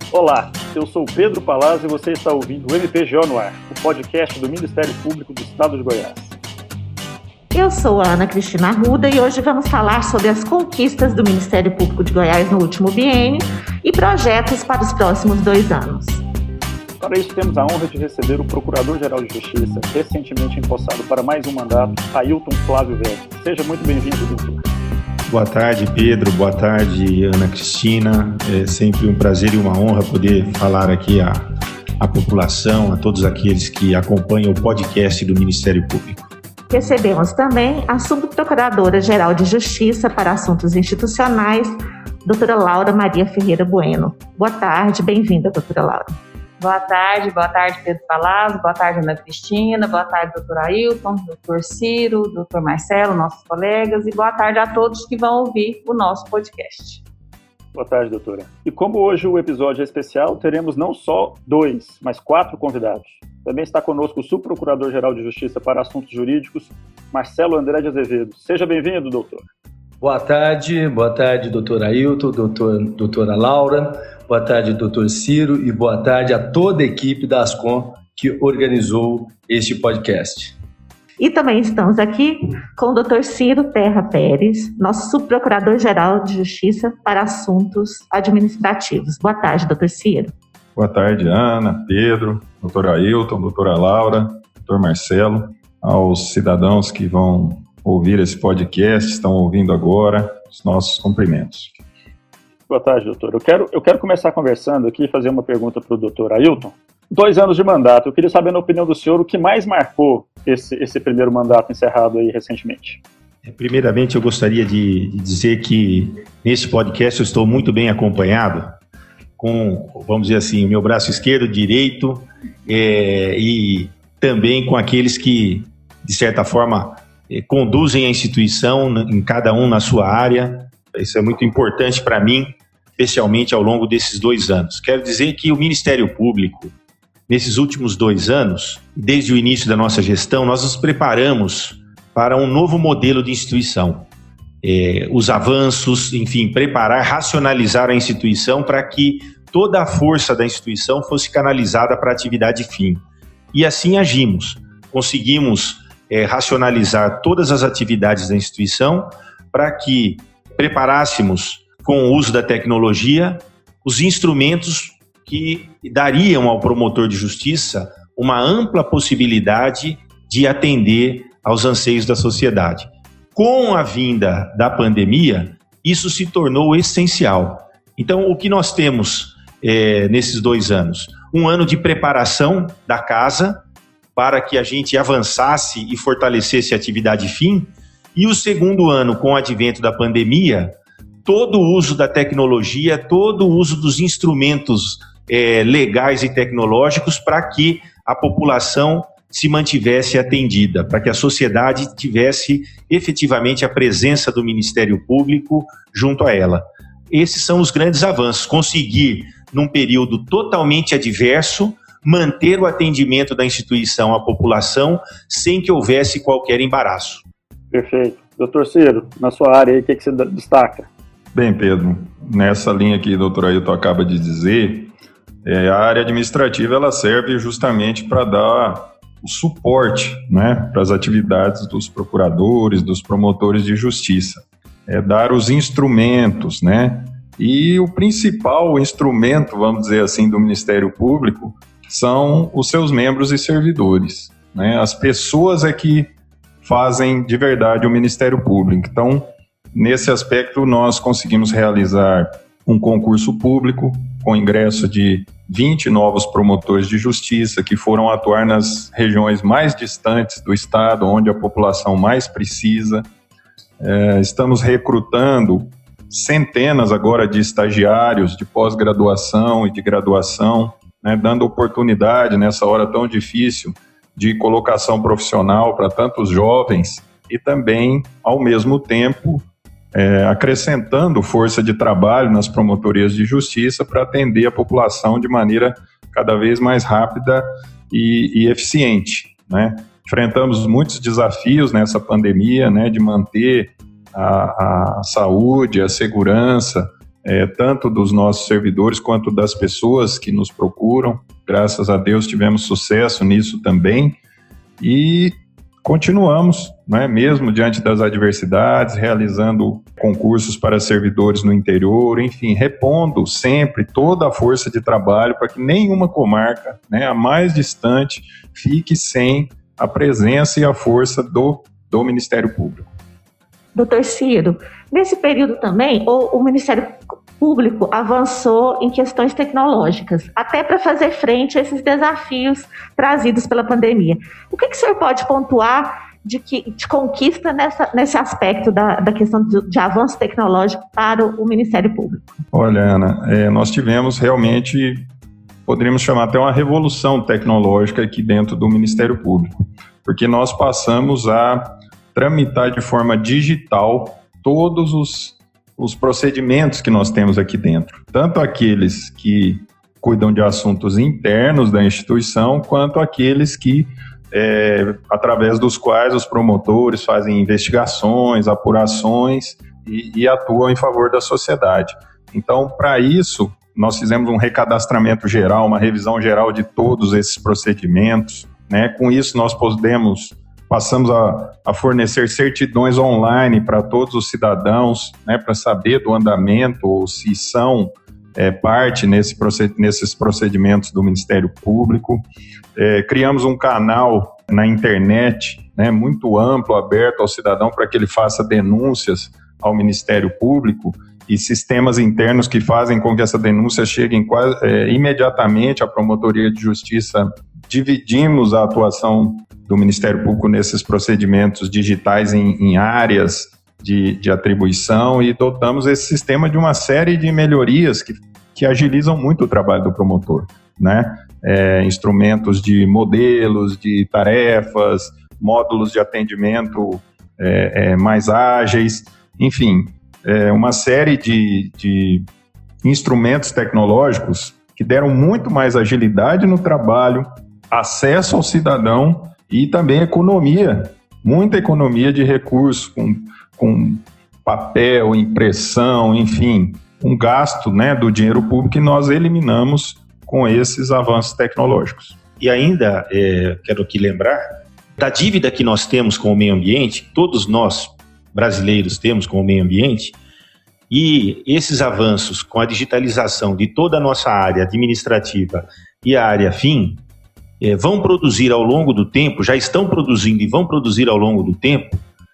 Olá, eu sou o Pedro Palazzo e você está ouvindo o MPGO no Ar, o podcast do Ministério Público do Estado de Goiás. Eu sou a Ana Cristina Arruda e hoje vamos falar sobre as conquistas do Ministério Público de Goiás no último biênio e projetos para os próximos 2 anos. Para isso, temos a honra de receber o Procurador-Geral de Justiça, recentemente empossado para mais um mandato, Ailton Flávio Vélez. Seja muito bem-vindo, doutor. Boa tarde, Pedro. Boa tarde, Ana Cristina. É sempre um prazer e uma honra poder falar aqui à população, a todos aqueles que acompanham o podcast do Ministério Público. Recebemos também a Subprocuradora-Geral de Justiça para Assuntos Institucionais, doutora Laura Maria Ferreira Bueno. Boa tarde, bem-vinda, doutora Laura. Boa tarde, Pedro Palazzo, boa tarde, Ana Cristina, boa tarde, doutor Ailton, doutor Ciro, doutor Marcelo, nossos colegas, e boa tarde a todos que vão ouvir o nosso podcast. Boa tarde, doutora. E como hoje o episódio é especial, teremos não só 2, mas 4 convidados. Também está conosco o Subprocurador-Geral de Justiça para Assuntos Jurídicos, Marcelo André de Azevedo. Seja bem-vindo, doutor. Boa tarde, doutor Ailton, doutora Laura, boa tarde, doutor Ciro, e boa tarde a toda a equipe da Ascom que organizou este podcast. E também estamos aqui com o doutor Ciro Terra Pérez, nosso Subprocurador-Geral de Justiça para Assuntos Administrativos. Boa tarde, doutor Ciro. Boa tarde, Ana, Pedro, doutor Ailton, doutora Laura, doutor Marcelo, aos cidadãos que vão ouvir esse podcast, estão ouvindo agora, os nossos cumprimentos. Boa tarde, doutor. Eu quero começar conversando aqui e fazer uma pergunta para o doutor Ailton. 2 anos de mandato, eu queria saber, na opinião do senhor, o que mais marcou esse primeiro mandato encerrado aí recentemente. Primeiramente, eu gostaria de dizer que nesse podcast eu estou muito bem acompanhado com, vamos dizer assim, meu braço esquerdo, direito e também com aqueles que, de certa forma, conduzem a instituição, em cada um na sua área. Isso é muito importante para mim, especialmente ao longo desses 2 anos. Quero dizer que o Ministério Público, nesses últimos 2 anos, desde o início da nossa gestão, nós nos preparamos para um novo modelo de instituição. Os avanços, enfim, preparar, racionalizar a instituição para que toda a força da instituição fosse canalizada para a atividade fim. E assim agimos. Conseguimos racionalizar todas as atividades da instituição para que preparássemos, com o uso da tecnologia, os instrumentos que dariam ao promotor de justiça uma ampla possibilidade de atender aos anseios da sociedade. Com a vinda da pandemia, isso se tornou essencial. Então, o que nós temos nesses 2 anos? Um ano de preparação da casa para que a gente avançasse e fortalecesse a atividade fim, e o segundo ano, com o advento da pandemia, todo o uso da tecnologia, todo o uso dos instrumentos legais e tecnológicos para que a população se mantivesse atendida, para que a sociedade tivesse efetivamente a presença do Ministério Público junto a ela. Esses são os grandes avanços, conseguir, num período totalmente adverso, manter o atendimento da instituição à população sem que houvesse qualquer embaraço. Perfeito. Doutor Ciro, na sua área aí, o que você destaca? Bem, Pedro, nessa linha que o doutor Ailton acaba de dizer, a área administrativa ela serve justamente para dar o suporte, né, para as atividades dos procuradores, dos promotores de justiça. Dar os instrumentos, né? E o principal instrumento, vamos dizer assim, do Ministério Público são os seus membros e servidores, né? As pessoas é que fazem de verdade o Ministério Público. Então, nesse aspecto, nós conseguimos realizar um concurso público com ingresso de 20 novos promotores de justiça que foram atuar nas regiões mais distantes do estado, onde a população mais precisa. Estamos recrutando centenas agora de estagiários de pós-graduação e de graduação, né, dando oportunidade nessa hora tão difícil de colocação profissional para tantos jovens e também, ao mesmo tempo, acrescentando força de trabalho nas promotorias de justiça para atender a população de maneira cada vez mais rápida e eficiente, né? Enfrentamos muitos desafios nessa pandemia, né, de manter a saúde, a segurança tanto dos nossos servidores quanto das pessoas que nos procuram. Graças a Deus tivemos sucesso nisso também e continuamos, né, mesmo diante das adversidades, realizando concursos para servidores no interior, enfim, repondo sempre toda a força de trabalho para que nenhuma comarca, né, a mais distante, fique sem a presença e a força do Ministério Público. Doutor Ciro, nesse período também, o Ministério Público avançou em questões tecnológicas, até para fazer frente a esses desafios trazidos pela pandemia. O que o senhor pode pontuar de conquista nesse aspecto da questão de avanço tecnológico para o Ministério Público? Olha, Ana, nós tivemos realmente, poderíamos chamar até uma revolução tecnológica aqui dentro do Ministério Público, porque nós passamos a tramitar de forma digital todos os procedimentos que nós temos aqui dentro, tanto aqueles que cuidam de assuntos internos da instituição, quanto aqueles que, através dos quais os promotores fazem investigações, apurações e atuam em favor da sociedade. Então, para isso, nós fizemos um recadastramento geral, uma revisão geral de todos esses procedimentos, né? Com isso, nós passamos a fornecer certidões online para todos os cidadãos, né, para saber do andamento ou se são parte nesses procedimentos do Ministério Público. Criamos um canal na internet, né, muito amplo, aberto ao cidadão para que ele faça denúncias ao Ministério Público e sistemas internos que fazem com que essa denúncia chegue imediatamente à Promotoria de Justiça. Dividimos a atuação do Ministério Público nesses procedimentos digitais em áreas de atribuição e dotamos esse sistema de uma série de melhorias que agilizam muito o trabalho do promotor, né? Instrumentos de modelos, de tarefas, módulos de atendimento mais ágeis, enfim, uma série de instrumentos tecnológicos que deram muito mais agilidade no trabalho, acesso ao cidadão e também muita economia de recursos com papel, impressão, enfim, um gasto, né, do dinheiro público que nós eliminamos com esses avanços tecnológicos. E ainda quero aqui lembrar da dívida que nós temos com o meio ambiente, todos nós brasileiros temos com o meio ambiente, e esses avanços com a digitalização de toda a nossa área administrativa e a área fim, vão produzir ao longo do tempo, já estão produzindo e vão produzir ao longo do tempo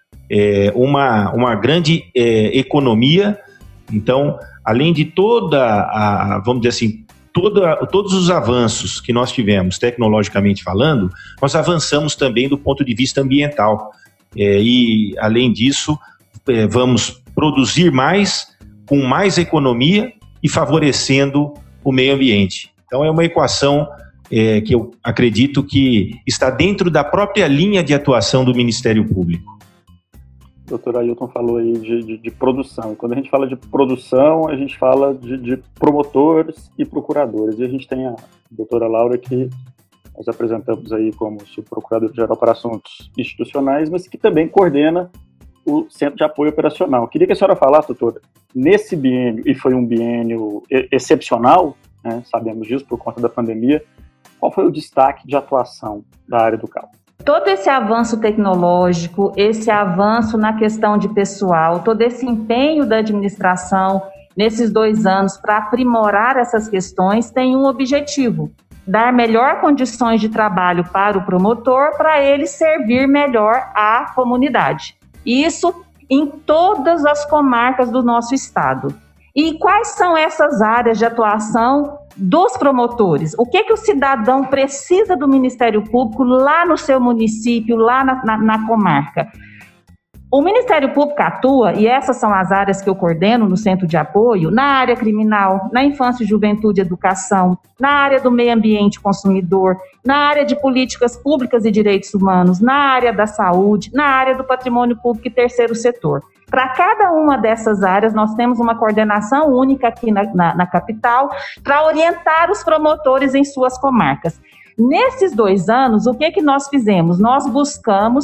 uma grande economia. Então, além de vamos dizer assim, todos os avanços que nós tivemos tecnologicamente falando, nós avançamos também do ponto de vista ambiental. E, além disso, vamos produzir mais, com mais economia e favorecendo o meio ambiente. Então, é uma equação que eu acredito que está dentro da própria linha de atuação do Ministério Público. O doutor Ailton falou aí de produção. E quando a gente fala de produção, a gente fala de promotores e procuradores. E a gente tem a doutora Laura, que nós apresentamos aí como subprocurador-geral para assuntos institucionais, mas que também coordena o Centro de Apoio Operacional. Eu queria que a senhora falasse, doutora, nesse biênio, e foi um biênio excepcional, né, sabemos disso por conta da pandemia, qual foi o destaque de atuação da área do CAL? Todo esse avanço tecnológico, esse avanço na questão de pessoal, todo esse empenho da administração nesses 2 anos para aprimorar essas questões tem um objetivo: dar melhor condições de trabalho para o promotor, para ele servir melhor à comunidade. Isso em todas as comarcas do nosso estado. E quais são essas áreas de atuação dos promotores? O que o cidadão precisa do Ministério Público lá no seu município, lá na comarca? O Ministério Público atua, e essas são as áreas que eu coordeno no Centro de Apoio, na área criminal, na infância e juventude e educação, na área do meio ambiente consumidor, na área de políticas públicas e direitos humanos, na área da saúde, na área do patrimônio público e terceiro setor. Para cada uma dessas áreas, nós temos uma coordenação única aqui na capital para orientar os promotores em suas comarcas. Nesses 2 anos, o que nós fizemos? Nós buscamos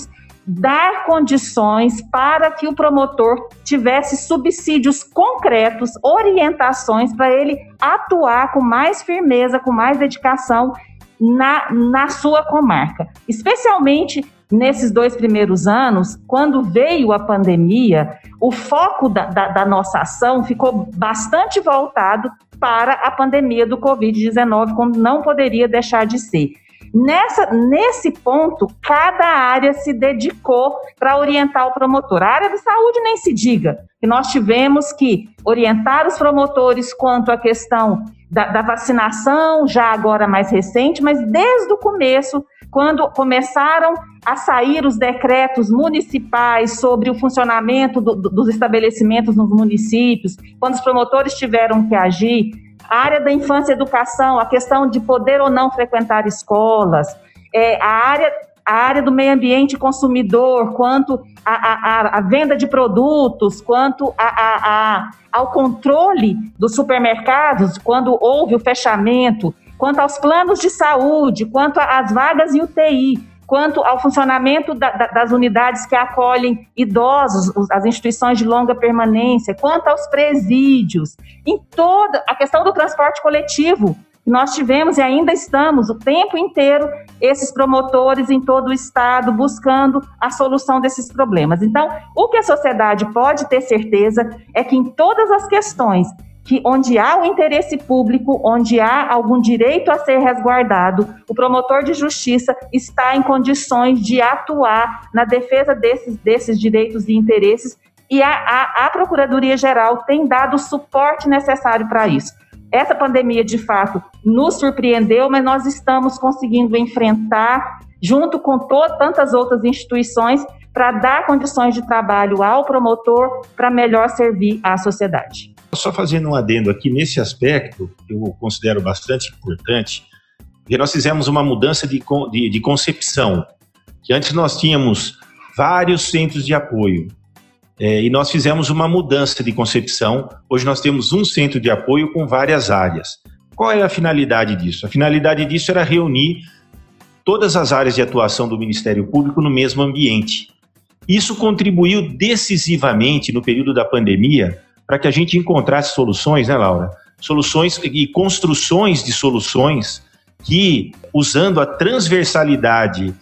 dar condições para que o promotor tivesse subsídios concretos, orientações para ele atuar com mais firmeza, com mais dedicação na sua comarca. Especialmente nesses 2 primeiros anos, quando veio a pandemia, o foco da nossa ação ficou bastante voltado para a pandemia do Covid-19, como não poderia deixar de ser. Nesse ponto, cada área se dedicou para orientar o promotor. A área de saúde nem se diga, que nós tivemos que orientar os promotores quanto à questão da vacinação, já agora mais recente, mas desde o começo, quando começaram a sair os decretos municipais sobre o funcionamento dos estabelecimentos nos municípios, quando os promotores tiveram que agir, a área da infância e educação, a questão de poder ou não frequentar escolas, a área do meio ambiente e consumidor, quanto à venda de produtos, quanto ao controle dos supermercados, quando houve o fechamento, quanto aos planos de saúde, quanto às vagas em UTI, quanto ao funcionamento das unidades que acolhem idosos, as instituições de longa permanência, quanto aos presídios, em toda a questão do transporte coletivo. Nós tivemos e ainda estamos o tempo inteiro esses promotores em todo o estado buscando a solução desses problemas. Então, o que a sociedade pode ter certeza é que em todas as questões onde há o interesse público, onde há algum direito a ser resguardado, o promotor de justiça está em condições de atuar na defesa desses direitos e interesses, e a Procuradoria-Geral tem dado o suporte necessário para isso. Essa pandemia, de fato, nos surpreendeu, mas nós estamos conseguindo enfrentar, junto com tantas outras instituições, para dar condições de trabalho ao promotor para melhor servir à sociedade. Só fazendo um adendo aqui nesse aspecto, que eu considero bastante importante, porque nós fizemos uma mudança de concepção, que antes nós tínhamos vários centros de apoio, e nós fizemos uma mudança de concepção. Hoje nós temos um centro de apoio com várias áreas. Qual é a finalidade disso? A finalidade disso era reunir todas as áreas de atuação do Ministério Público no mesmo ambiente. Isso contribuiu decisivamente no período da pandemia para que a gente encontrasse soluções, né, Laura? Soluções e construções de soluções que, usando a transversalidade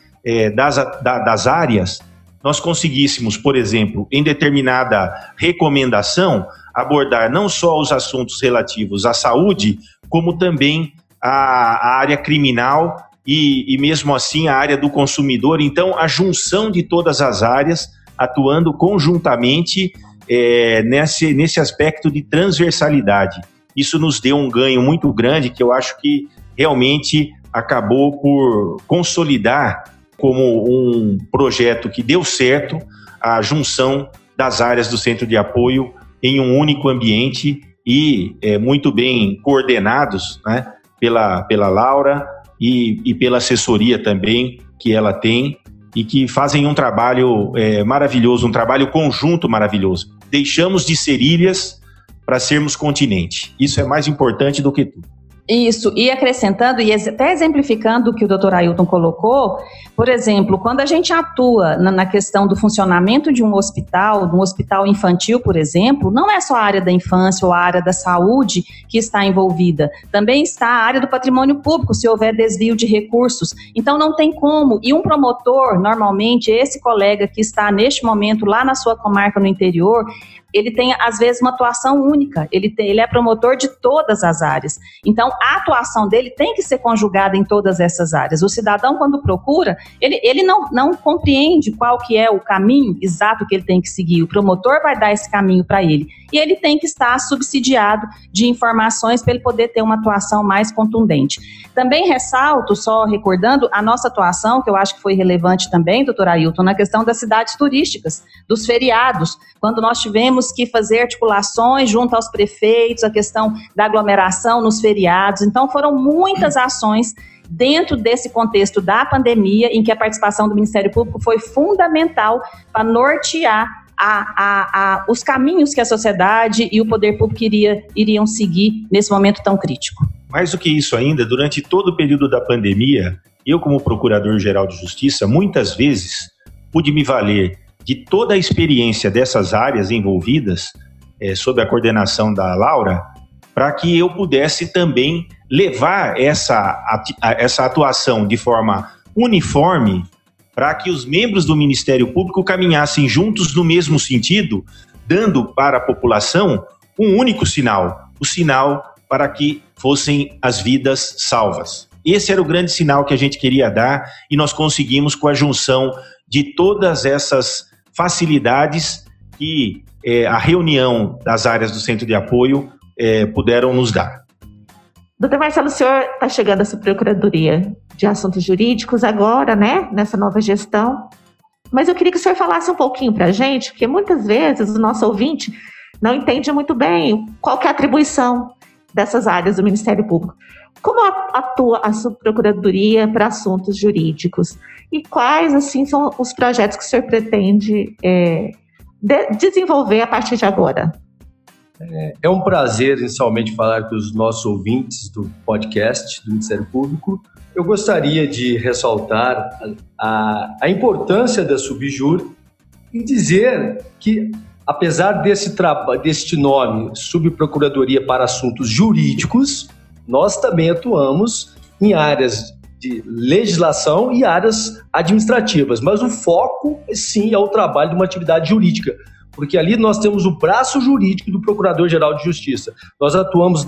das áreas, nós conseguíssemos, por exemplo, em determinada recomendação, abordar não só os assuntos relativos à saúde, como também a área criminal e mesmo assim a área do consumidor. Então, a junção de todas as áreas atuando conjuntamente nesse aspecto de transversalidade. Isso nos deu um ganho muito grande, que eu acho que realmente acabou por consolidar como um projeto que deu certo a junção das áreas do centro de apoio em um único ambiente e muito bem coordenados, né, pela Laura e pela assessoria também que ela tem, e que fazem um trabalho maravilhoso, um trabalho conjunto maravilhoso. Deixamos de ser ilhas para sermos continente. Isso é mais importante do que tudo. Isso, e acrescentando e até exemplificando o que o Dr. Ailton colocou, por exemplo, quando a gente atua na questão do funcionamento de um hospital infantil, por exemplo, não é só a área da infância ou a área da saúde que está envolvida, também está a área do patrimônio público, se houver desvio de recursos. Então não tem como, e um promotor, normalmente, esse colega que está neste momento lá na sua comarca no interior, ele tem, às vezes, uma atuação única, ele é promotor de todas as áreas. Então, a atuação dele tem que ser conjugada em todas essas áreas. O cidadão, quando procura, ele não compreende qual que é o caminho exato que ele tem que seguir. O promotor vai dar esse caminho para ele. E ele tem que estar subsidiado de informações para ele poder ter uma atuação mais contundente. Também ressalto, só recordando, a nossa atuação, que eu acho que foi relevante também, doutor Ailton, na questão das cidades turísticas, dos feriados, quando nós tivemos que fazer articulações junto aos prefeitos, a questão da aglomeração nos feriados. Então, foram muitas ações dentro desse contexto da pandemia, em que a participação do Ministério Público foi fundamental para nortear os caminhos que a sociedade e o poder público iriam seguir nesse momento tão crítico. Mais do que isso ainda, durante todo o período da pandemia, eu, como Procurador-Geral de Justiça, muitas vezes pude me valer de toda a experiência dessas áreas envolvidas, sob a coordenação da Laura, para que eu pudesse também levar essa atuação de forma uniforme para que os membros do Ministério Público caminhassem juntos no mesmo sentido, dando para a população um único sinal, o sinal para que fossem as vidas salvas. Esse era o grande sinal que a gente queria dar e nós conseguimos com a junção de todas essas facilidades que a reunião das áreas do Centro de Apoio puderam nos dar. Doutor Marcelo, o senhor está chegando à Subprocuradoria de Assuntos Jurídicos agora, né, nessa nova gestão, mas eu queria que o senhor falasse um pouquinho para a gente, porque muitas vezes o nosso ouvinte não entende muito bem qual que é a atribuição dessas áreas do Ministério Público. Como atua a Subprocuradoria para Assuntos Jurídicos? E quais, assim, são os projetos que o senhor pretende desenvolver a partir de agora? É um prazer, inicialmente, falar com os nossos ouvintes do podcast do Ministério Público. Eu gostaria de ressaltar a importância da Subjur e dizer que, apesar deste nome, Subprocuradoria para Assuntos Jurídicos, nós também atuamos em áreas de legislação e áreas administrativas, mas o foco, sim, é o trabalho de uma atividade jurídica, porque ali nós temos o braço jurídico do Procurador-Geral de Justiça. Nós atuamos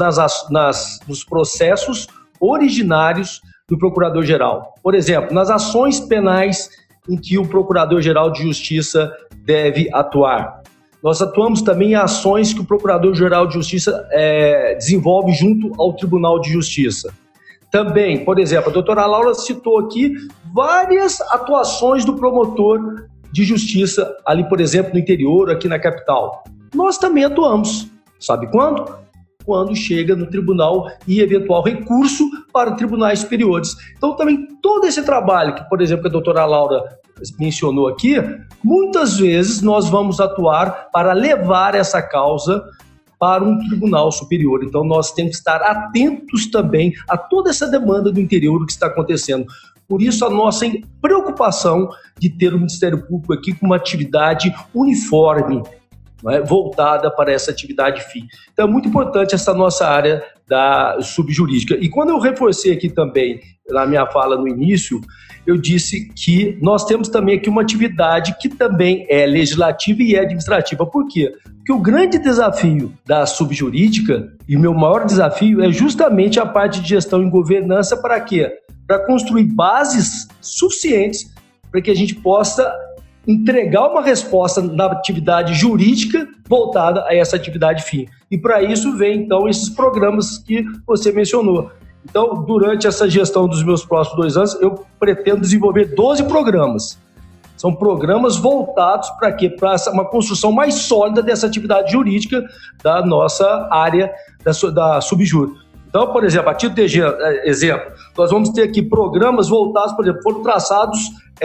nos processos originários do Procurador-Geral. Por exemplo, nas ações penais em que o Procurador-Geral de Justiça deve atuar. Nós atuamos também em ações que o Procurador-Geral de Justiça desenvolve junto ao Tribunal de Justiça. Também, por exemplo, a doutora Laura citou aqui várias atuações do promotor de justiça ali, por exemplo, no interior, aqui na capital. Nós também atuamos. Sabe quando? Quando chega no tribunal e eventual recurso para tribunais superiores. Então, também todo esse trabalho que, por exemplo, a doutora Laura mencionou aqui, muitas vezes nós vamos atuar para levar essa causa para um tribunal superior. Então, nós temos que estar atentos também a toda essa demanda do interior, do que está acontecendo. Por isso, a nossa preocupação de ter o Ministério Público aqui com uma atividade uniforme, voltada para essa atividade fim. Então, é muito importante essa nossa área da subjurídica. E quando eu reforcei aqui também, na minha fala no início, eu disse que nós temos também aqui uma atividade que também é legislativa e é administrativa. Por quê? Porque o grande desafio da subjurídica, e o meu maior desafio, é justamente a parte de gestão e governança. Para quê? Para construir bases suficientes para que a gente possa entregar uma resposta na atividade jurídica voltada a essa atividade fim. E para isso vem, então, esses programas que você mencionou. Então, durante essa gestão dos meus próximos 2 anos, eu pretendo desenvolver 12 programas. São programas voltados para quê? Para uma construção mais sólida dessa atividade jurídica da nossa área da subjur. Então, por exemplo, a título de exemplo, nós vamos ter aqui programas voltados, por exemplo, foram traçados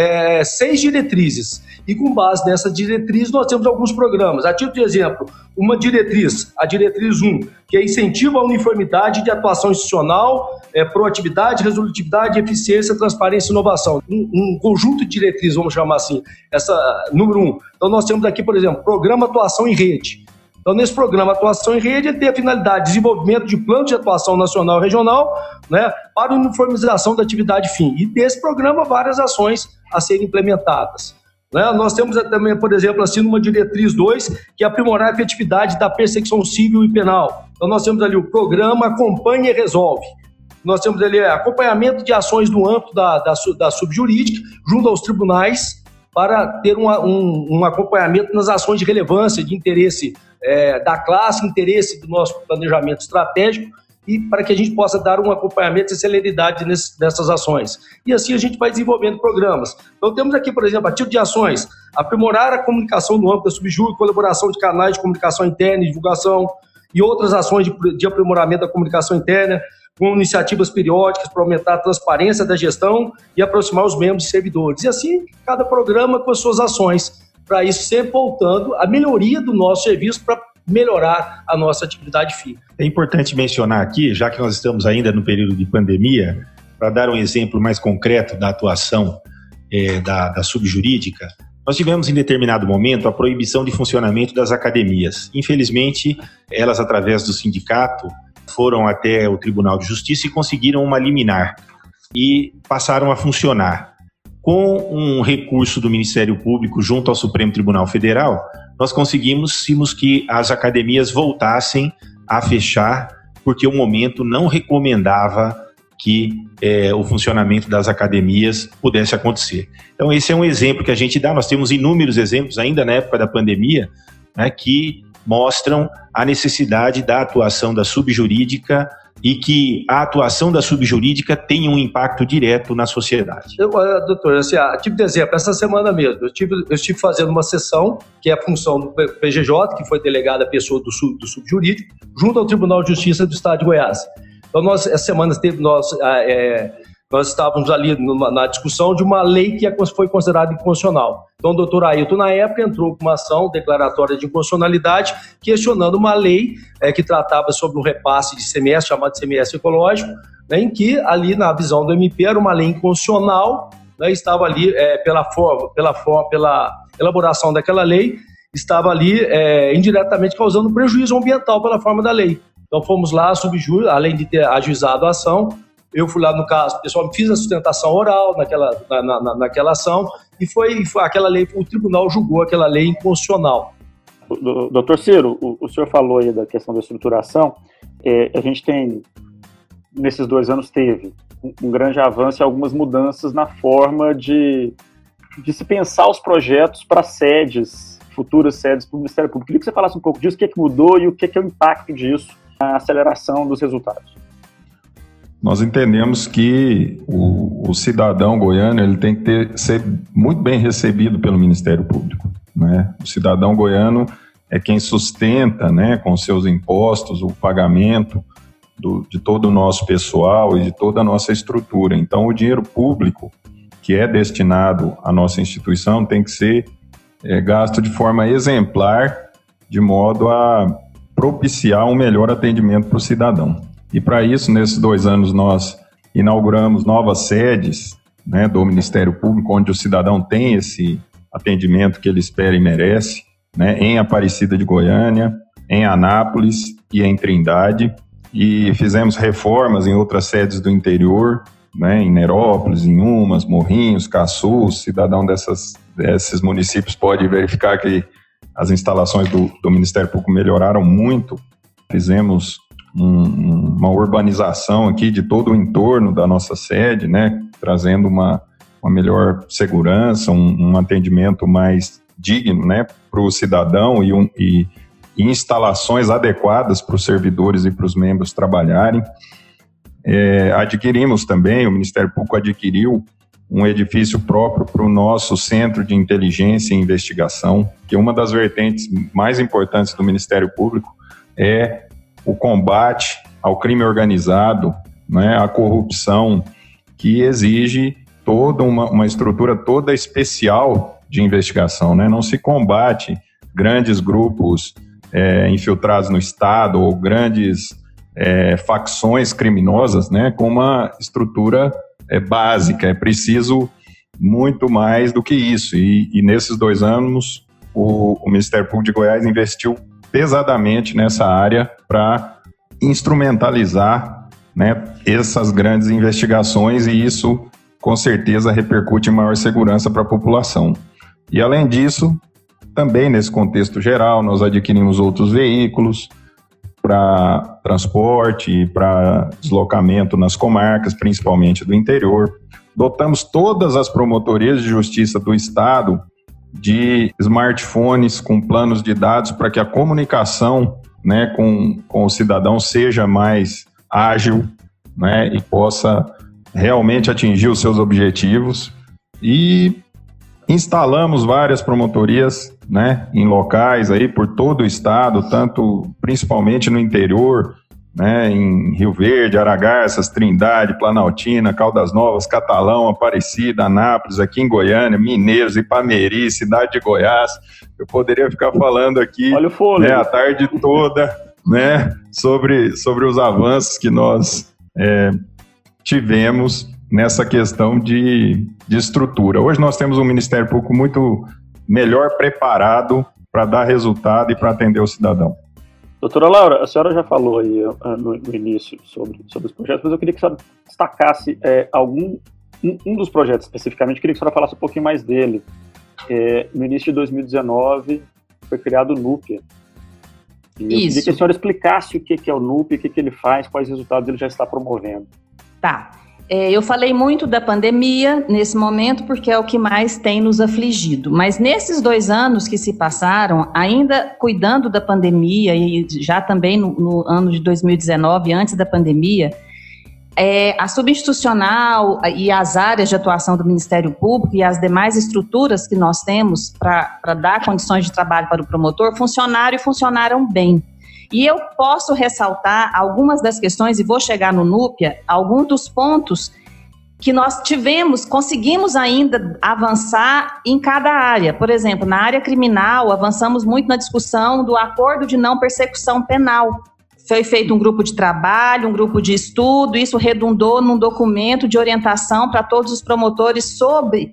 6 diretrizes, e com base nessa diretriz nós temos alguns programas. A título de exemplo, uma diretriz, a diretriz 1, que é incentivo à uniformidade de atuação institucional, proatividade, resolutividade, eficiência, transparência e inovação. Um conjunto de diretrizes, vamos chamar assim, essa número 1. Então nós temos aqui, por exemplo, programa atuação em rede. Então, nesse programa Atuação em Rede, ele tem a finalidade de desenvolvimento de plano de atuação nacional e regional, né, para uniformização da atividade fim. E desse programa, várias ações a serem implementadas. Né? Nós temos também, por exemplo, assim, uma diretriz 2, que é aprimorar a efetividade da persecução civil e penal. Então, nós temos ali o programa Acompanha e Resolve. Nós temos ali acompanhamento de ações no âmbito da subjurídica, junto aos tribunais, para ter um acompanhamento nas ações de relevância, de interesse da classe, interesse do nosso planejamento estratégico, e para que a gente possa dar um acompanhamento e celeridade nessas ações. E assim a gente vai desenvolvendo programas. Então temos aqui, por exemplo, a título de ações, aprimorar a comunicação no âmbito da subjur, colaboração de canais de comunicação interna e divulgação, e outras ações de aprimoramento da comunicação interna, com iniciativas periódicas para aumentar a transparência da gestão e aproximar os membros e servidores. E assim, cada programa com as suas ações, para isso sempre voltando a melhoria do nosso serviço para melhorar a nossa atividade fim. É importante mencionar aqui, já que nós estamos ainda no período de pandemia, para dar um exemplo mais concreto da atuação da subjurídica, Nós tivemos em determinado momento a proibição de funcionamento das academias. Infelizmente, elas, através do sindicato, foram até o Tribunal de Justiça e conseguiram uma liminar e passaram a funcionar. Com um recurso do Ministério Público junto ao Supremo Tribunal Federal, nós conseguimos que as academias voltassem a fechar, porque o momento não recomendava que o funcionamento das academias pudesse acontecer. Então, esse é um exemplo que a gente dá. Nós temos inúmeros exemplos ainda na época da pandemia, né, que mostram a necessidade da atuação da subjurídica e que a atuação da subjurídica tem um impacto direto na sociedade. Doutor, assim, tipo de exemplo, essa semana mesmo, eu estive fazendo uma sessão, que é a função do PGJ, que foi delegada a pessoa do subjurídico, junto ao Tribunal de Justiça do Estado de Goiás. Então, essa semana nós estávamos ali na discussão de uma lei que foi considerada inconstitucional. Então, o doutor Ailton, na época, entrou com uma ação declaratória de inconstitucionalidade, questionando uma lei que tratava sobre um repasse de ICMS, chamado ICMS ecológico, né, em que, ali, na visão do MP, era uma lei inconstitucional, né, estava ali, pela elaboração daquela lei, estava ali indiretamente causando prejuízo ambiental pela forma da lei. Então, fomos lá, além de ter ajuizado a ação, eu fui lá no caso, pessoal, fiz a sustentação oral naquela ação e foi aquela lei, o tribunal julgou aquela lei inconstitucional. Doutor Ciro, o senhor falou aí da questão da estruturação. A gente tem, nesses 2 anos, teve um grande avanço e algumas mudanças na forma de se pensar os projetos para futuras sedes do Ministério Público. Queria que você falasse um pouco disso, o que é que mudou e o que é o impacto disso na aceleração dos resultados. Nós entendemos que o cidadão goiano ele tem que ser muito bem recebido pelo Ministério Público, né? O cidadão goiano é quem sustenta, né, com seus impostos, o pagamento de todo o nosso pessoal e de toda a nossa estrutura. Então, o dinheiro público que é destinado à nossa instituição tem que ser gasto de forma exemplar, de modo a propiciar um melhor atendimento para o cidadão. E para isso, nesses 2 anos, nós inauguramos novas sedes, né, do Ministério Público, onde o cidadão tem esse atendimento que ele espera e merece, né, em Aparecida de Goiânia, em Anápolis e em Trindade. E fizemos reformas em outras sedes do interior, né, em Nerópolis, em Umas, Morrinhos, Caçu. O cidadão desses municípios pode verificar que as instalações do Ministério Público melhoraram muito. Fizemos uma urbanização aqui de todo o entorno da nossa sede, né, trazendo uma melhor segurança, um atendimento mais digno, né, para o cidadão e instalações adequadas para os servidores e para os membros trabalharem. Adquirimos também, o Ministério Público adquiriu um edifício próprio para o nosso Centro de Inteligência e Investigação, que é uma das vertentes mais importantes do Ministério Público, é o combate ao crime organizado, né, à corrupção, que exige toda uma estrutura toda especial de investigação, né? Não se combate grandes grupos infiltrados no Estado ou grandes facções criminosas, né, com uma estrutura básica. É preciso muito mais do que isso. E nesses 2 anos, o Ministério Público de Goiás investiu pesadamente nessa área para instrumentalizar, né, essas grandes investigações, e isso com certeza repercute em maior segurança para a população. E além disso, também nesse contexto geral, nós adquirimos outros veículos para transporte e para deslocamento nas comarcas, principalmente do interior. Dotamos todas as promotorias de justiça do Estado de smartphones com planos de dados para que a comunicação, né, com o cidadão seja mais ágil, né, e possa realmente atingir os seus objetivos. E instalamos várias promotorias, né, em locais aí por todo o estado, principalmente no interior, né, em Rio Verde, Aragarças, Trindade, Planaltina, Caldas Novas, Catalão, Aparecida, Anápolis, aqui em Goiânia, Mineiros, Ipameri, Cidade de Goiás. Eu poderia ficar falando aqui, né, a tarde toda, né, sobre os avanços que nós tivemos nessa questão de estrutura. Hoje nós temos um Ministério Público muito melhor preparado para dar resultado e para atender o cidadão. Doutora Laura, a senhora já falou aí no início sobre os projetos, mas eu queria que a senhora destacasse um dos projetos especificamente, queria que a senhora falasse um pouquinho mais dele. No início de 2019 foi criado o NUPIA. E eu queria que a senhora explicasse o que é o NUPIA, o que ele faz, quais resultados ele já está promovendo. Tá. Eu falei muito da pandemia nesse momento porque é o que mais tem nos afligido, mas nesses 2 anos que se passaram, ainda cuidando da pandemia e já também no ano de 2019, antes da pandemia, a subinstitucional e as áreas de atuação do Ministério Público e as demais estruturas que nós temos para dar condições de trabalho para o promotor funcionaram bem. E eu posso ressaltar algumas das questões, e vou chegar no NUPIA, alguns dos pontos que nós conseguimos ainda avançar em cada área. Por exemplo, na área criminal, avançamos muito na discussão do acordo de não persecução penal. Foi feito um grupo de trabalho, um grupo de estudo, isso redundou num documento de orientação para todos os promotores sobre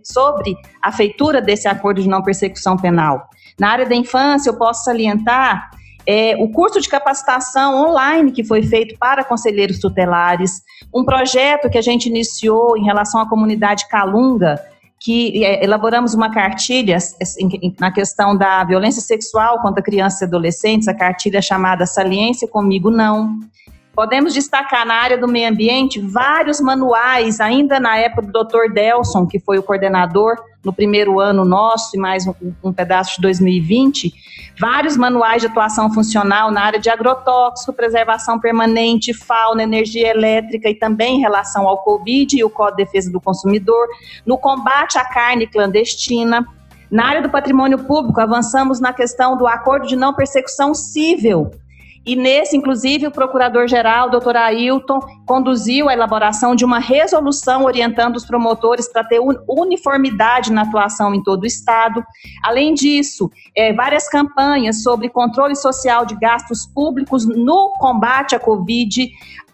a feitura desse acordo de não persecução penal. Na área da infância, eu posso salientar o curso de capacitação online que foi feito para conselheiros tutelares, um projeto que a gente iniciou em relação à comunidade Calunga, que elaboramos uma cartilha na questão da violência sexual contra crianças e adolescentes, a cartilha chamada Saliência Comigo Não. Podemos destacar na área do meio ambiente vários manuais, ainda na época do Dr. Delson, que foi o coordenador no primeiro ano nosso e mais um pedaço de 2020, vários manuais de atuação funcional na área de agrotóxico, preservação permanente, fauna, energia elétrica e também em relação ao Covid e o Código de Defesa do Consumidor, no combate à carne clandestina. Na área do patrimônio público, avançamos na questão do acordo de não persecução civil. E nesse, inclusive, o procurador-geral, doutor Ailton, conduziu a elaboração de uma resolução orientando os promotores para ter uniformidade na atuação em todo o Estado. Além disso, várias campanhas sobre controle social de gastos públicos no combate à Covid,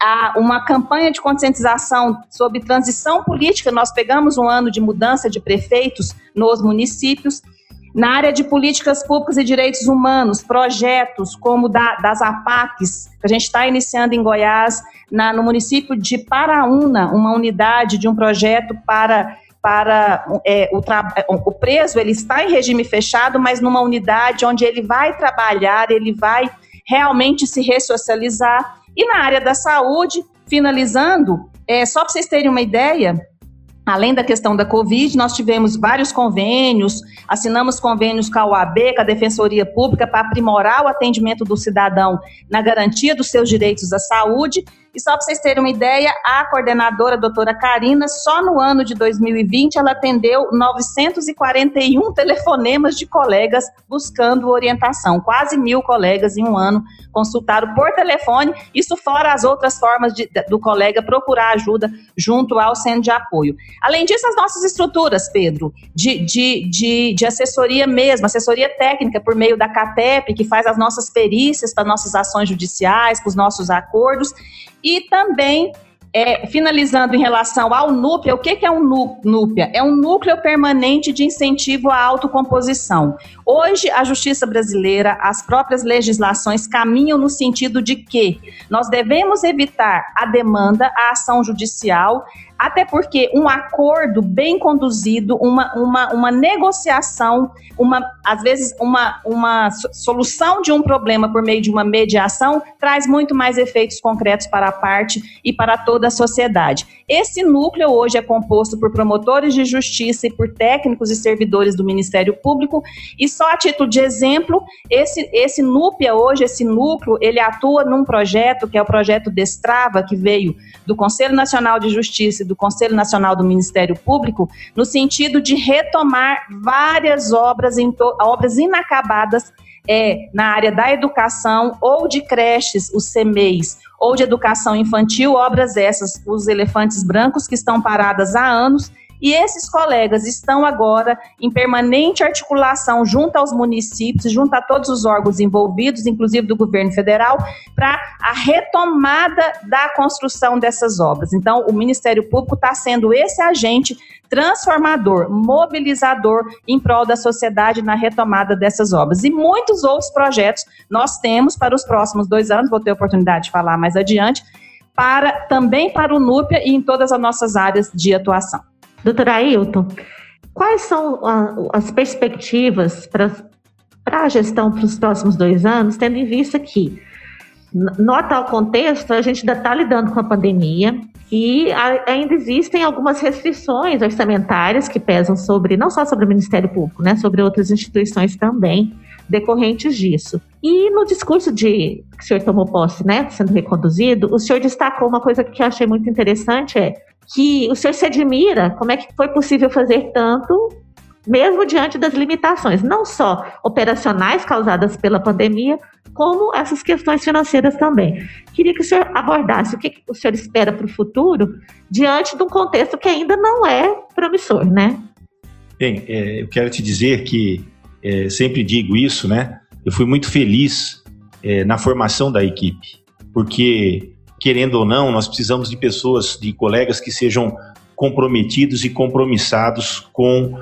uma campanha de conscientização sobre transição política. Nós pegamos um ano de mudança de prefeitos nos municípios. Na área de políticas públicas e direitos humanos, projetos como das APACs, que a gente está iniciando em Goiás, no município de Paraúna, uma unidade de um projeto o preso, ele está em regime fechado, mas numa unidade onde ele vai trabalhar, ele vai realmente se ressocializar. E na área da saúde, finalizando, só para vocês terem uma ideia, além da questão da Covid, nós tivemos vários convênios, assinamos convênios com a OAB, com a Defensoria Pública, para aprimorar o atendimento do cidadão na garantia dos seus direitos à saúde. E só para vocês terem uma ideia, a coordenadora, a doutora Karina, só no ano de 2020, ela atendeu 941 telefonemas de colegas buscando orientação. Quase 1.000 colegas em um ano consultaram por telefone, isso fora as outras formas do colega procurar ajuda junto ao centro de apoio. Além disso, as nossas estruturas, Pedro, de assessoria mesmo, assessoria técnica por meio da CATEP, que faz as nossas perícias para nossas ações judiciais, para os nossos acordos, e também, finalizando em relação ao NUPIA, o que é um NUPIA? É um núcleo permanente de incentivo à autocomposição. Hoje, a justiça brasileira, as próprias legislações caminham no sentido de que nós devemos evitar a demanda, a ação judicial, até porque um acordo bem conduzido, uma negociação, às vezes uma solução de um problema por meio de uma mediação traz muito mais efeitos concretos para a parte e para toda a sociedade. Esse núcleo hoje é composto por promotores de justiça e por técnicos e servidores do Ministério Público, e só a título de exemplo, esse NUPIA hoje, esse núcleo, ele atua num projeto que é o projeto Destrava, que veio do Conselho Nacional de Justiça e do Conselho Nacional do Ministério Público, no sentido de retomar várias obras inacabadas na área da educação ou de creches, os CMEIs, ou de educação infantil, obras essas, os elefantes brancos que estão paradas há anos e esses colegas estão agora em permanente articulação junto aos municípios, junto a todos os órgãos envolvidos, inclusive do governo federal, para a retomada da construção dessas obras. Então, o Ministério Público está sendo esse agente transformador, mobilizador em prol da sociedade na retomada dessas obras. E muitos outros projetos nós temos para os próximos 2 anos, vou ter a oportunidade de falar mais adiante, também para o NUPIA e em todas as nossas áreas de atuação. Doutora Ailton, quais são as perspectivas para a gestão para os próximos 2 anos, tendo em vista que, no atual contexto, a gente ainda está lidando com a pandemia e ainda existem algumas restrições orçamentárias que pesam não só sobre o Ministério Público, né, sobre outras instituições também, decorrentes disso. E no discurso que o senhor tomou posse, né, sendo reconduzido, o senhor destacou uma coisa que eu achei muito interessante, que o senhor se admira como é que foi possível fazer tanto, mesmo diante das limitações, não só operacionais causadas pela pandemia, como essas questões financeiras também. Queria que o senhor abordasse o que o senhor espera para o futuro, diante de um contexto que ainda não é promissor, né? Bem, eu quero te dizer que sempre digo isso, né? Eu fui muito feliz na formação da equipe, porque, querendo ou não, nós precisamos de pessoas, de colegas que sejam comprometidos e compromissados com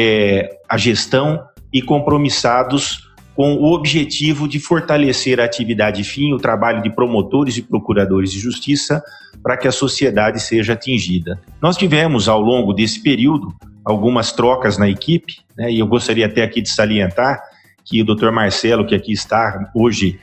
a gestão e compromissados com o objetivo de fortalecer a atividade fim, o trabalho de promotores e procuradores de justiça para que a sociedade seja atingida. Nós tivemos, ao longo desse período, algumas trocas na equipe, né, e eu gostaria até aqui de salientar que o Dr. Marcelo, que aqui está hoje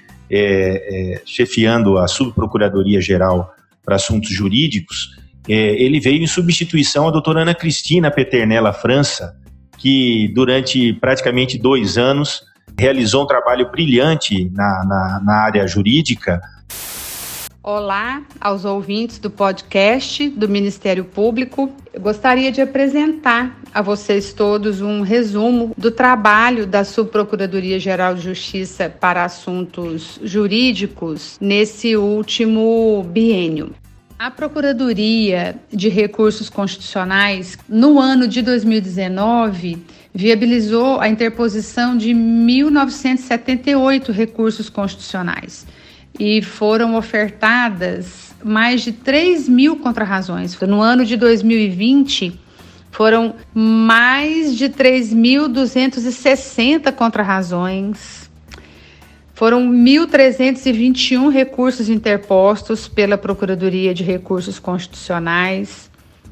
chefiando a Subprocuradoria-Geral para Assuntos Jurídicos, ele veio em substituição à doutora Ana Cristina Peternella França, que durante praticamente 2 anos realizou um trabalho brilhante na área jurídica. Olá aos ouvintes do podcast do Ministério Público. Eu gostaria de apresentar a vocês todos um resumo do trabalho da Subprocuradoria-Geral de Justiça para Assuntos Jurídicos nesse último biênio. A Procuradoria de Recursos Constitucionais, no ano de 2019, viabilizou a interposição de 1.978 recursos constitucionais e foram ofertadas mais de 3.000 contrarrazões. No ano de 2020, foram mais de 3.260 contrarrazões. Foram 1.321 recursos interpostos pela Procuradoria de Recursos Constitucionais,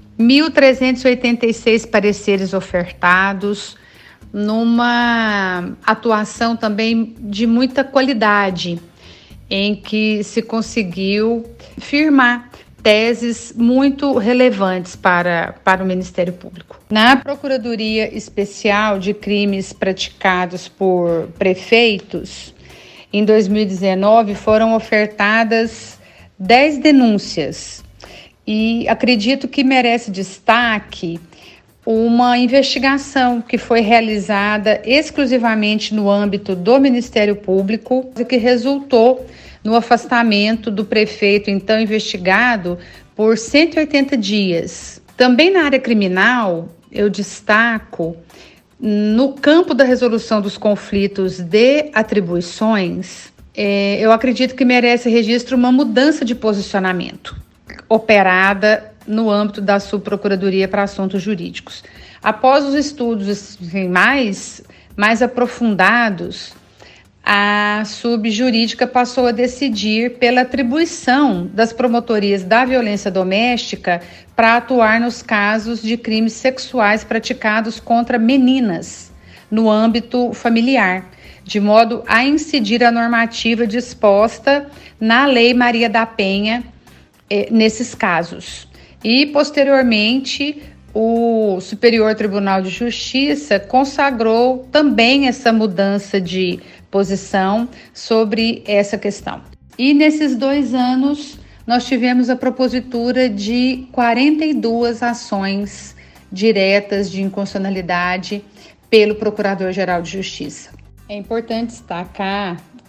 1.386 pareceres ofertados, numa atuação também de muita qualidade, em que se conseguiu firmar teses muito relevantes para o Ministério Público. Na Procuradoria Especial de Crimes Praticados por Prefeitos, em 2019, foram ofertadas 10 denúncias e acredito que merece destaque uma investigação que foi realizada exclusivamente no âmbito do Ministério Público e que resultou no afastamento do prefeito então investigado por 180 dias. Também na área criminal, eu destaco no campo da resolução dos conflitos de atribuições, eu acredito que merece registro uma mudança de posicionamento operada no âmbito da Subprocuradoria para Assuntos Jurídicos. Após os estudos mais aprofundados, a subjurídica passou a decidir pela atribuição das promotorias da violência doméstica para atuar nos casos de crimes sexuais praticados contra meninas no âmbito familiar, de modo a incidir a normativa disposta na Lei Maria da Penha nesses casos. E, posteriormente, o Superior Tribunal de Justiça consagrou também essa mudança de posição sobre essa questão. E nesses 2 anos, nós tivemos a propositura de 42 ações diretas de inconstitucionalidade pelo Procurador-Geral de Justiça. É importante destacar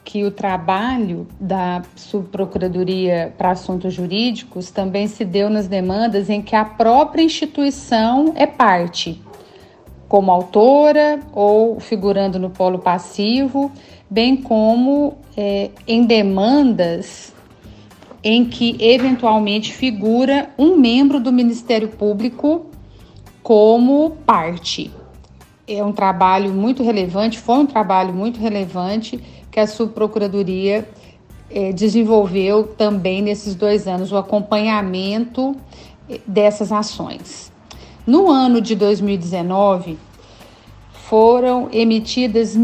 que o trabalho da Subprocuradoria para Assuntos Jurídicos também se deu nas demandas em que a própria instituição é parte, como autora ou figurando no polo passivo, bem como em demandas em que eventualmente figura um membro do Ministério Público como parte. É um trabalho muito relevante, foi um trabalho muito relevante que a Subprocuradoria desenvolveu também nesses 2 anos, o acompanhamento dessas ações. No ano de 2019, foram emitidas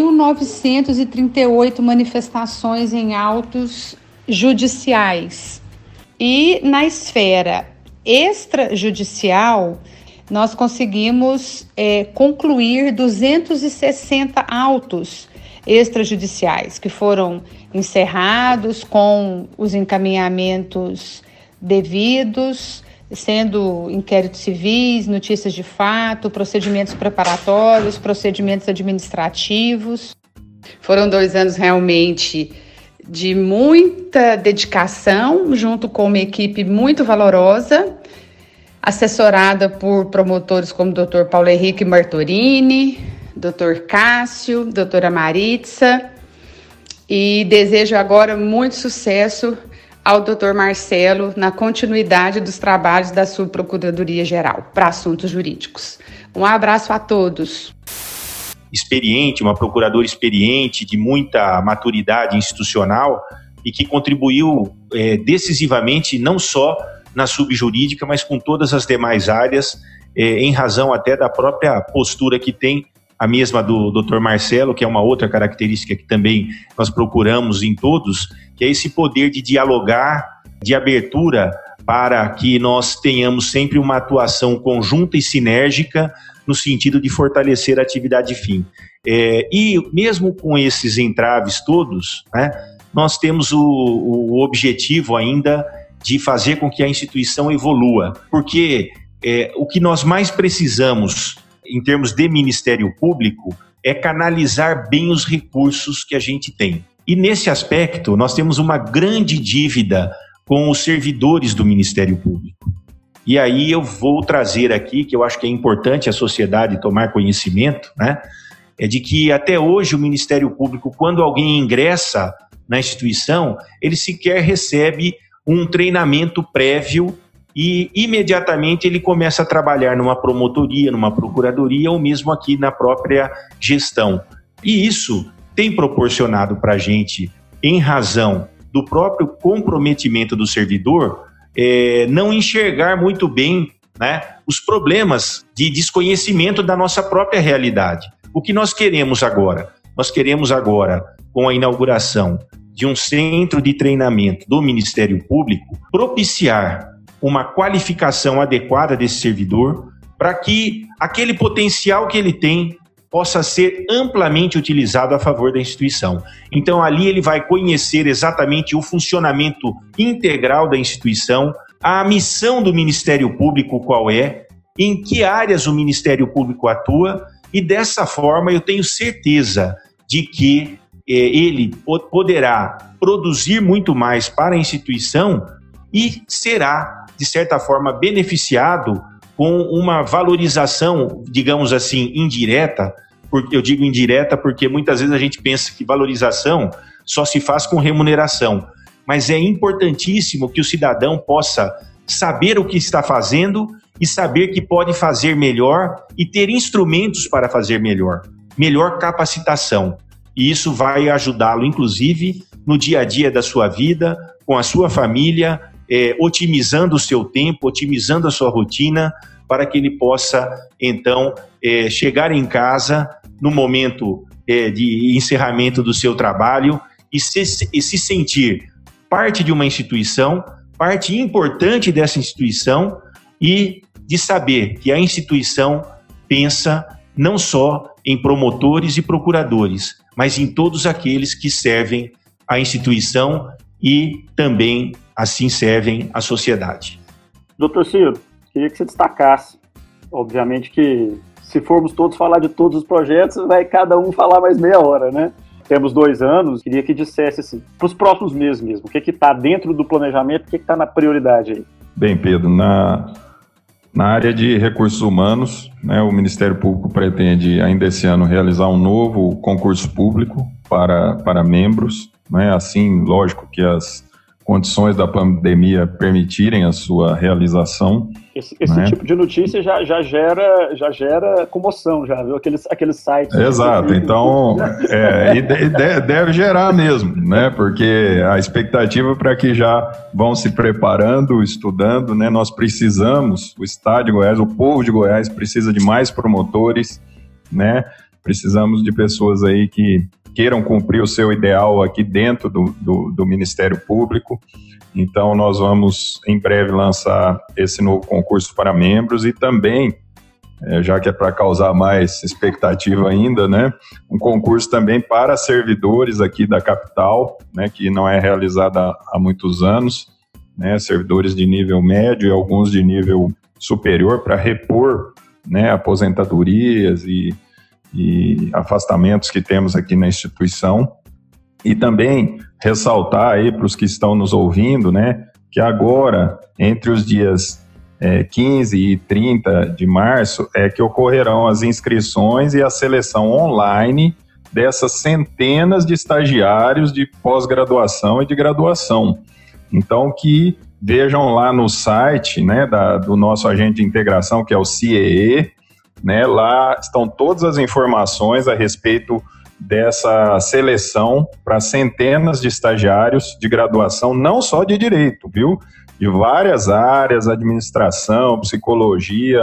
1.938 manifestações em autos judiciais. E na esfera extrajudicial, nós conseguimos concluir 260 autos extrajudiciais, que foram encerrados com os encaminhamentos devidos, sendo inquéritos civis, notícias de fato, procedimentos preparatórios, procedimentos administrativos. Foram 2 anos realmente de muita dedicação, junto com uma equipe muito valorosa, assessorada por promotores como o Dr. Paulo Henrique Martorini, Dr. Cássio, doutora Maritza, e desejo agora muito sucesso ao Dr. Marcelo na continuidade dos trabalhos da Subprocuradoria-Geral para Assuntos Jurídicos. Um abraço a todos. Experiente, uma procuradora experiente, de muita maturidade institucional e que contribuiu decisivamente não só na subjurídica, mas com todas as demais áreas, em razão até da própria postura que tem a mesma do Dr. Marcelo, que é uma outra característica que também nós procuramos em todos, que é esse poder de dialogar, de abertura, para que nós tenhamos sempre uma atuação conjunta e sinérgica no sentido de fortalecer a atividade fim. E mesmo com esses entraves todos, né, nós temos o objetivo ainda de fazer com que a instituição evolua, porque o que nós mais precisamos em termos de Ministério Público é canalizar bem os recursos que a gente tem. E nesse aspecto, nós temos uma grande dívida com os servidores do Ministério Público. E aí eu vou trazer aqui, que eu acho que é importante a sociedade tomar conhecimento, né? É de que até hoje o Ministério Público, quando alguém ingressa na instituição, ele sequer recebe um treinamento prévio e imediatamente ele começa a trabalhar numa promotoria, numa procuradoria ou mesmo aqui na própria gestão. E isso tem proporcionado para a gente, em razão do próprio comprometimento do servidor, não enxergar muito bem, né, os problemas de desconhecimento da nossa própria realidade. O que nós queremos agora? Nós queremos agora, com a inauguração de um centro de treinamento do Ministério Público, propiciar uma qualificação adequada desse servidor para que aquele potencial que ele tem possa ser amplamente utilizado a favor da instituição. Então, ali ele vai conhecer exatamente o funcionamento integral da instituição, a missão do Ministério Público qual é, em que áreas o Ministério Público atua, e dessa forma eu tenho certeza de que ele poderá produzir muito mais para a instituição e será, de certa forma, beneficiado com uma valorização, digamos assim, indireta. Porque eu digo indireta porque muitas vezes a gente pensa que valorização só se faz com remuneração, mas é importantíssimo que o cidadão possa saber o que está fazendo e saber que pode fazer melhor e ter instrumentos para fazer melhor capacitação. E isso vai ajudá-lo, inclusive, no dia a dia da sua vida, com a sua família, otimizando o seu tempo, otimizando a sua rotina, para que ele possa, então, chegar em casa no momento de encerramento do seu trabalho e se sentir parte de uma instituição, parte importante dessa instituição e de saber que a instituição pensa não só em promotores e procuradores, mas em todos aqueles que servem a instituição e também assim servem a sociedade. Doutor Ciro, queria que você destacasse, obviamente que se formos todos falar de todos os projetos, vai cada um falar mais meia hora, né? temos 2 anos, queria que dissesse assim, para os próximos meses mesmo, o que está dentro do planejamento, o que está na prioridade aí? Bem, Pedro, na área de recursos humanos, né, o Ministério Público pretende ainda esse ano realizar um novo concurso público para membros, né, assim, lógico que as condições da pandemia permitirem a sua realização. Esse tipo de notícia já gera comoção, já viu? Aqueles sites. Exato, então deve gerar mesmo, né? Porque a expectativa para que já vão se preparando, estudando, né? Nós precisamos, o Estado de Goiás, o povo de Goiás precisa de mais promotores, né? Precisamos de pessoas aí que queiram cumprir o seu ideal aqui dentro do Ministério Público. Então, nós vamos, em breve, lançar esse novo concurso para membros e também, já que é para causar mais expectativa ainda, né, um concurso também para servidores aqui da capital, né, que não é realizado há muitos anos, né, servidores de nível médio e alguns de nível superior para repor, né, aposentadorias e afastamentos que temos aqui na instituição. E também ressaltar aí para os que estão nos ouvindo, né, que agora, entre os dias 15 e 30 de março, que ocorrerão as inscrições e a seleção online dessas centenas de estagiários de pós-graduação e de graduação. Então, que vejam lá no site, né, do nosso agente de integração, que é o CIEE, né, lá estão todas as informações a respeito dessa seleção para centenas de estagiários de graduação, não só de direito, viu? De várias áreas, administração, psicologia,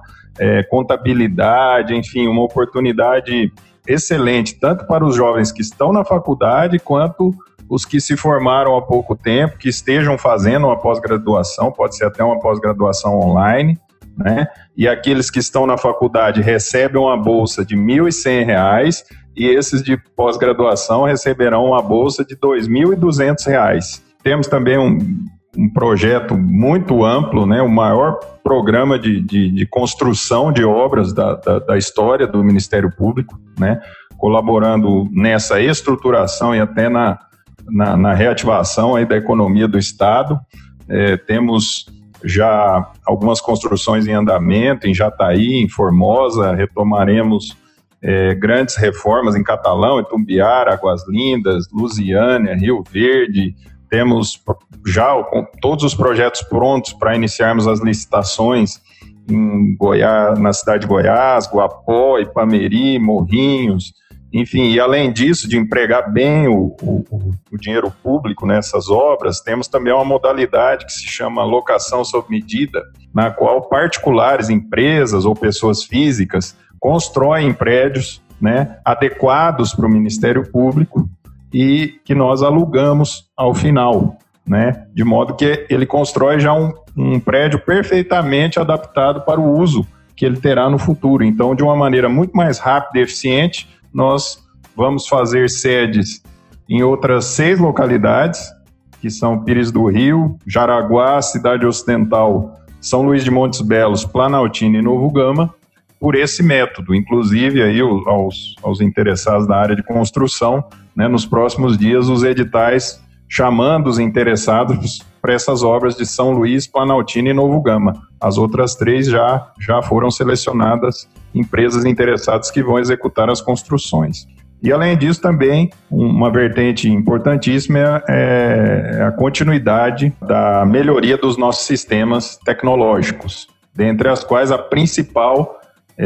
contabilidade, enfim, uma oportunidade excelente, tanto para os jovens que estão na faculdade, quanto os que se formaram há pouco tempo, que estejam fazendo uma pós-graduação, pode ser até uma pós-graduação online, né? E aqueles que estão na faculdade recebem uma bolsa de R$ 1.100 e esses de pós-graduação receberão uma bolsa de R$ 2.200. Temos também um projeto muito amplo, né? O maior programa de construção de obras da história do Ministério Público, né? Colaborando nessa estruturação e até na reativação aí da economia do Estado. Temos já algumas construções em andamento, em Jataí, em Formosa, retomaremos grandes reformas em Catalão, Itumbiara, Águas Lindas, Lusiânia, Rio Verde. Temos já todos os projetos prontos para iniciarmos as licitações em Goiás, na cidade de Goiás, Guapó, Ipameri, Morrinhos, enfim, e além disso, de empregar bem o dinheiro público nessas obras, temos também uma modalidade que se chama locação sob medida, na qual particulares, empresas ou pessoas físicas constroem prédios, né, adequados para o Ministério Público e que nós alugamos ao final, né, de modo que ele constrói já um prédio perfeitamente adaptado para o uso que ele terá no futuro. Então, de uma maneira muito mais rápida e eficiente, nós vamos fazer sedes em outras 6 localidades, que são Pires do Rio, Jaraguá, Cidade Ocidental, São Luís de Montes Belos, Planaltina e Novo Gama, por esse método. Inclusive, aí, aos interessados da área de construção, né, nos próximos dias, os editais chamando os interessados para essas obras de São Luís, Planaltina e Novo Gama. As outras 3 já foram selecionadas empresas interessadas que vão executar as construções. E, além disso, também, uma vertente importantíssima é a continuidade da melhoria dos nossos sistemas tecnológicos, dentre as quais a principal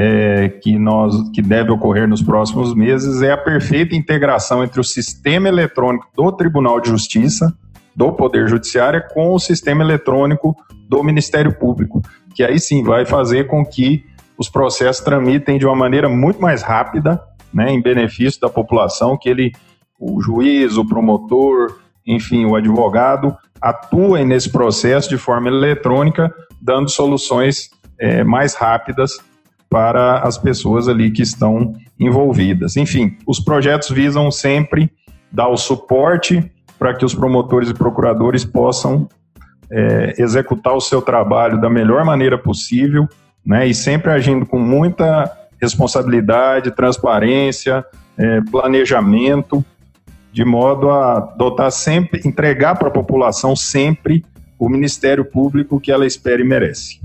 que deve ocorrer nos próximos meses é a perfeita integração entre o sistema eletrônico do Tribunal de Justiça, do Poder Judiciário, com o sistema eletrônico do Ministério Público, que aí sim vai fazer com que os processos tramitem de uma maneira muito mais rápida, né, em benefício da população, que o juiz, o promotor, enfim, o advogado, atuem nesse processo de forma eletrônica, dando soluções mais rápidas para as pessoas ali que estão envolvidas. Enfim, os projetos visam sempre dar o suporte para que os promotores e procuradores possam executar o seu trabalho da melhor maneira possível, né, e sempre agindo com muita responsabilidade, transparência, planejamento, de modo a dotar sempre, entregar para a população sempre o Ministério Público que ela espera e merece.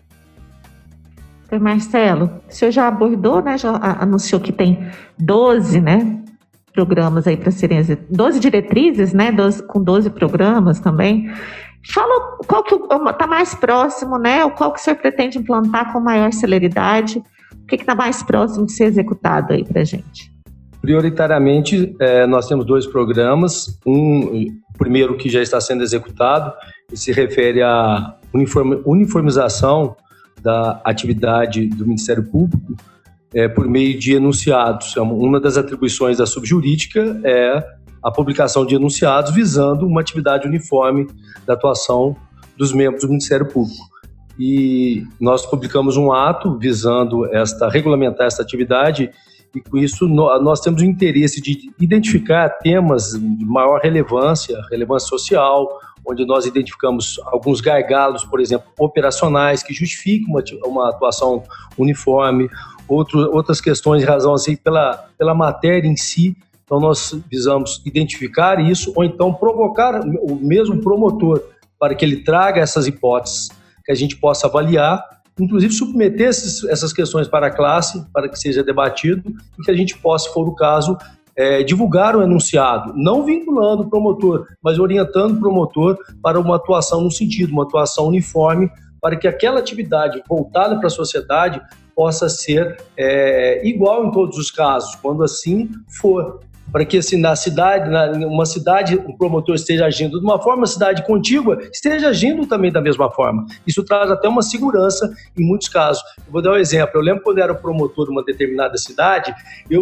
Marcelo, o senhor já abordou, né, já anunciou que tem 12, né, programas aí para serem 12 diretrizes, né, com 12 programas também. Fala qual que está mais próximo, né, qual que o senhor pretende implantar com maior celeridade, o que está mais próximo de ser executado aí para a gente? Prioritariamente, nós temos 2 programas, o primeiro que já está sendo executado, e se refere à uniformização da atividade do Ministério Público por meio de enunciados. Uma das atribuições da subjurídica é a publicação de enunciados visando uma atividade uniforme da atuação dos membros do Ministério Público. E nós publicamos um ato visando regulamentar esta atividade, e com isso nós temos o interesse de identificar temas de maior relevância social, onde nós identificamos alguns gargalos, por exemplo, operacionais, que justificam uma atuação uniforme, outras questões em razão assim, pela matéria em si. Então nós visamos identificar isso, ou então provocar o mesmo promotor para que ele traga essas hipóteses que a gente possa avaliar, inclusive submeter essas questões para a classe, para que seja debatido, e que a gente possa, se for o caso, divulgar o enunciado, não vinculando o promotor, mas orientando o promotor para uma atuação no sentido, uma atuação uniforme, para que aquela atividade voltada para a sociedade possa ser igual em todos os casos, quando assim for. Para que assim, uma cidade, o promotor esteja agindo de uma forma, a cidade contígua esteja agindo também da mesma forma. Isso traz até uma segurança em muitos casos. Eu vou dar um exemplo. Eu lembro quando eu era promotor de uma determinada cidade,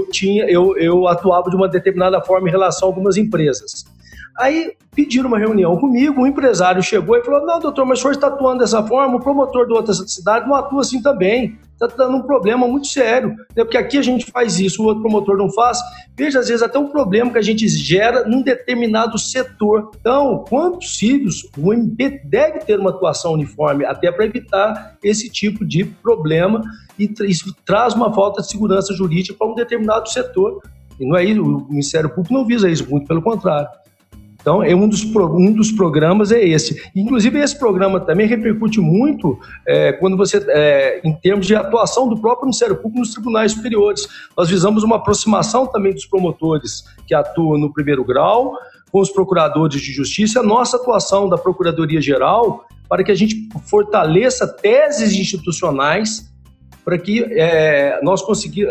eu atuava de uma determinada forma em relação a algumas empresas. Aí pediram uma reunião comigo, um empresário chegou e falou: não, doutor, mas o senhor está atuando dessa forma, o promotor de outra cidade não atua assim também. Está dando um problema muito sério, né? Porque aqui a gente faz isso, o outro promotor não faz. Veja, às vezes, até um problema que a gente gera num determinado setor. Então, quando possível, o MP deve ter uma atuação uniforme, até para evitar esse tipo de problema, e isso traz uma falta de segurança jurídica para um determinado setor. E não é isso, o Ministério Público não visa isso, muito pelo contrário. Então, um dos programas é esse. Inclusive, esse programa também repercute muito quando você, em termos de atuação do próprio Ministério Público nos tribunais superiores. Nós visamos uma aproximação também dos promotores que atuam no primeiro grau, com os procuradores de justiça, a nossa atuação da Procuradoria-Geral, para que a gente fortaleça teses institucionais, para que nós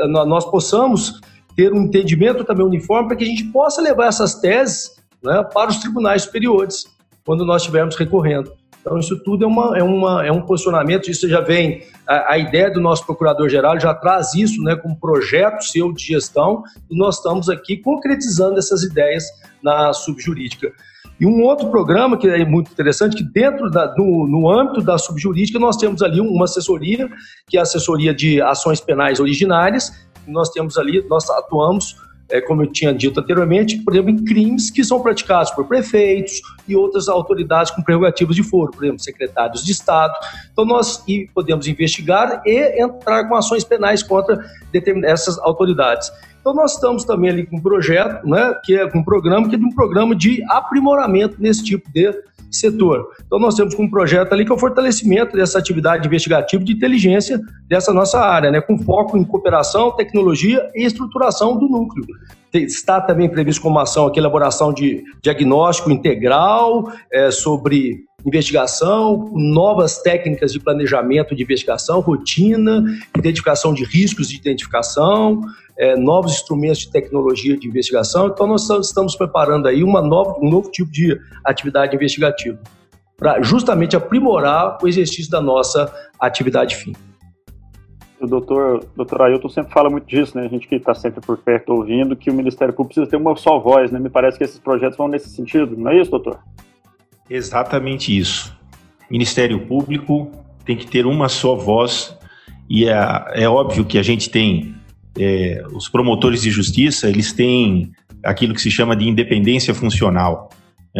possamos ter um entendimento também uniforme, para que a gente possa levar essas teses, né, para os tribunais superiores, quando nós estivermos recorrendo. Então, isso tudo é um posicionamento, isso já vem, a ideia do nosso procurador-geral já traz isso, né, como projeto seu de gestão, e nós estamos aqui concretizando essas ideias na subjurídica. E um outro programa que é muito interessante, que dentro no âmbito da subjurídica, nós temos ali uma assessoria, que é a assessoria de ações penais originárias, e nós temos ali, nós atuamos, como eu tinha dito anteriormente, por exemplo, em crimes que são praticados por prefeitos e outras autoridades com prerrogativas de foro, por exemplo, secretários de Estado. Então, nós podemos investigar e entrar com ações penais contra essas autoridades. Então, nós estamos também ali com um projeto, né, que é um programa de aprimoramento nesse tipo de setor. Então, nós temos um projeto ali que é o fortalecimento dessa atividade investigativa de inteligência dessa nossa área, né, com foco em cooperação, tecnologia e estruturação do núcleo. Está também previsto como ação aqui a elaboração de diagnóstico integral sobre investigação, novas técnicas de planejamento de investigação, rotina, identificação de riscos de identificação, novos instrumentos de tecnologia de investigação. Então, nós estamos preparando aí um novo tipo de atividade investigativa para justamente aprimorar o exercício da nossa atividade fim. O doutor Ailton sempre fala muito disso, né? A gente que está sempre por perto ouvindo, que o Ministério Público precisa ter uma só voz, né? Me parece que esses projetos vão nesse sentido, não é isso, doutor? Exatamente isso. O Ministério Público tem que ter uma só voz, e é óbvio que a gente tem os promotores de justiça, eles têm aquilo que se chama de independência funcional,